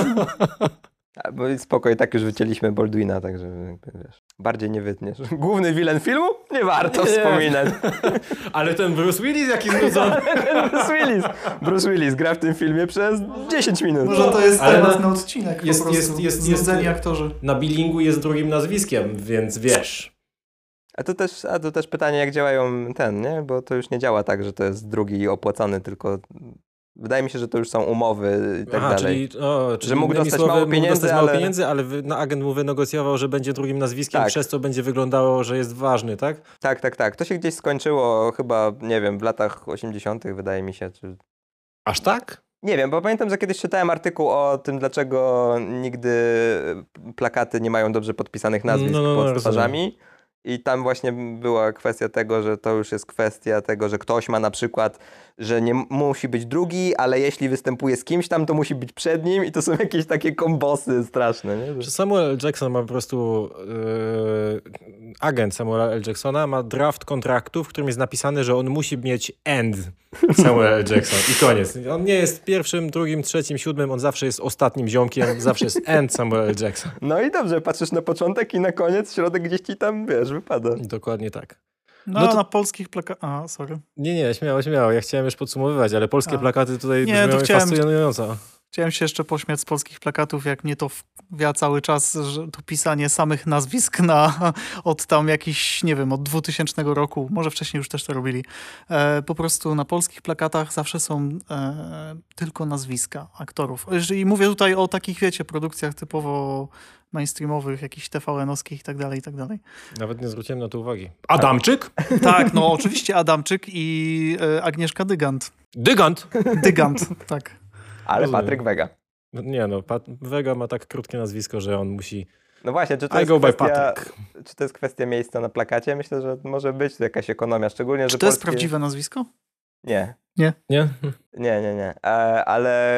Bo spoko, i tak już wycięliśmy Baldwina, także wiesz, bardziej nie wytniesz. Główny villain filmu? Nie warto wspominać. Ale ten Bruce Willis jaki znudzony. Bruce Willis gra w tym filmie przez 10 minut. Może to jest Ale temat na odcinek po prostu. Znudzeni aktorzy. Na bilingu jest drugim nazwiskiem, więc wiesz. A to też pytanie, jak działają nie? Bo to już nie działa tak, że to jest drugi opłacony, tylko wydaje mi się, że to już są umowy i tak dalej. Czyli że mógł innymi dostać słowy, mało pieniędzy, ale agent mu wynegocjował, że będzie drugim nazwiskiem, Tak. przez co będzie wyglądało, że jest ważny, tak? Tak. To się gdzieś skończyło chyba, nie wiem, w latach 80. wydaje mi się. Aż tak? Nie wiem, bo pamiętam, że kiedyś czytałem artykuł o tym, dlaczego nigdy plakaty nie mają dobrze podpisanych nazwisk pod twarzami. I tam właśnie była kwestia tego, że to już jest kwestia tego, że ktoś ma na przykład, że nie musi być drugi, ale jeśli występuje z kimś tam, to musi być przed nim i to są jakieś takie kombosy straszne. Nie? Że Samuel L. Jackson ma po prostu agent Samuela L. Jacksona ma draft kontraktu, w którym jest napisane, że on musi mieć end Samuel L. Jackson i koniec. On nie jest pierwszym, drugim, trzecim, siódmym, on zawsze jest ostatnim ziomkiem, zawsze jest end Samuel L. Jackson. No i dobrze, patrzysz na początek i na koniec, środek gdzieś ci tam, wiesz, wypada. Dokładnie tak. No to na polskich plakatach... sorry. Nie, śmiało. Ja chciałem już podsumowywać, ale polskie plakaty tutaj brzmią fascynująco. Chciałem się jeszcze pośmiać z polskich plakatów, jak mnie to wprawia cały czas, że to pisanie samych nazwisk od tam jakichś, nie wiem, od 2000 roku, może wcześniej już też to robili. Po prostu na polskich plakatach zawsze są tylko nazwiska aktorów. I mówię tutaj o takich, wiecie, produkcjach typowo mainstreamowych, jakichś TVN-owskich i tak dalej, i tak dalej. Nawet nie zwróciłem na to uwagi. Adamczyk? Tak, no oczywiście Adamczyk i Agnieszka Dygant. Dygant, tak. Ale Rozumiem. Patryk Wega. Nie no, Wega ma tak krótkie nazwisko, że on musi... No właśnie, czy to jest kwestia miejsca na plakacie? Myślę, że może być jakaś ekonomia, szczególnie, Czy że to jest prawdziwe nazwisko? Nie. Nie? Nie. Ale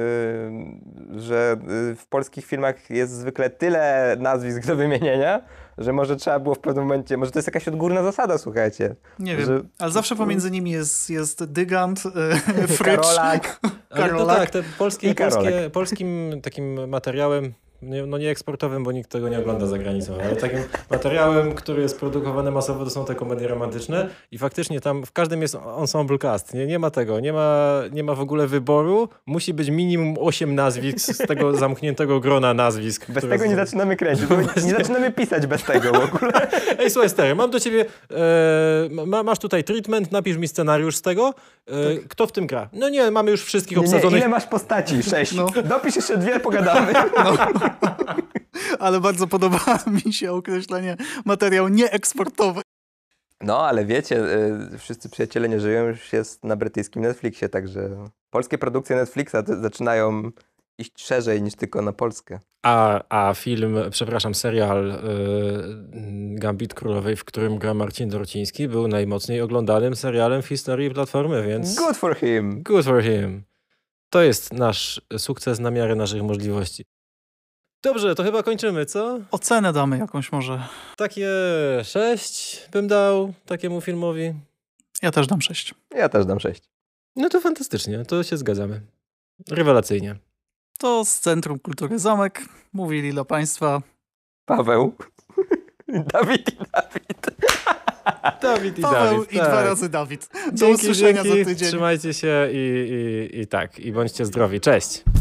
że w polskich filmach jest zwykle tyle nazwisk do wymienienia, że może trzeba było w pewnym momencie, może to jest jakaś odgórna zasada, słuchajcie. Nie wiem, ale zawsze pomiędzy nimi jest Dygant, Frycz, Karolak. Ale no tak, te polskim takim materiałem, nie eksportowym, bo nikt tego nie ogląda za granicą, ale takim materiałem, który jest produkowany masowo, to są te komedie romantyczne i faktycznie tam w każdym jest ensemble cast. Nie ma tego, nie ma w ogóle wyboru. Musi być minimum 8 nazwisk z tego zamkniętego grona nazwisk. Bez tego nie zaczynamy kręcić, bo nie zaczynamy pisać bez tego w ogóle. Ej, słuchaj stary, mam do ciebie, masz tutaj treatment, napisz mi scenariusz z tego. Kto w tym gra? No nie, mamy już wszystkich obsadzonych. Ile masz postaci? 6. No. Dopisz jeszcze 2, pogadamy. Ale bardzo podoba mi się określenie materiał nieeksportowy. No, ale wiecie, wszyscy przyjaciele nie żyją, już jest na brytyjskim Netflixie, także polskie produkcje Netflixa zaczynają iść szerzej niż tylko na Polskę. A serial Gambit Królowej, w którym gra Marcin Dorciński, był najmocniej oglądanym serialem w historii Platformy, więc... Good for him! Good for him. To jest nasz sukces na miarę naszych możliwości. Dobrze, to chyba kończymy, co? Ocenę damy jakąś może. Takie 6 bym dał takiemu filmowi. Ja też dam 6. Ja też dam 6. No to fantastycznie, to się zgadzamy. Rewelacyjnie. To z Centrum Kultury Zamek mówili dla Państwa Paweł. Dawid i Dawid i Paweł Dawid. i 2 razy Dawid. Do Dzięki, usłyszenia za tydzień. Trzymajcie się i bądźcie zdrowi. Cześć.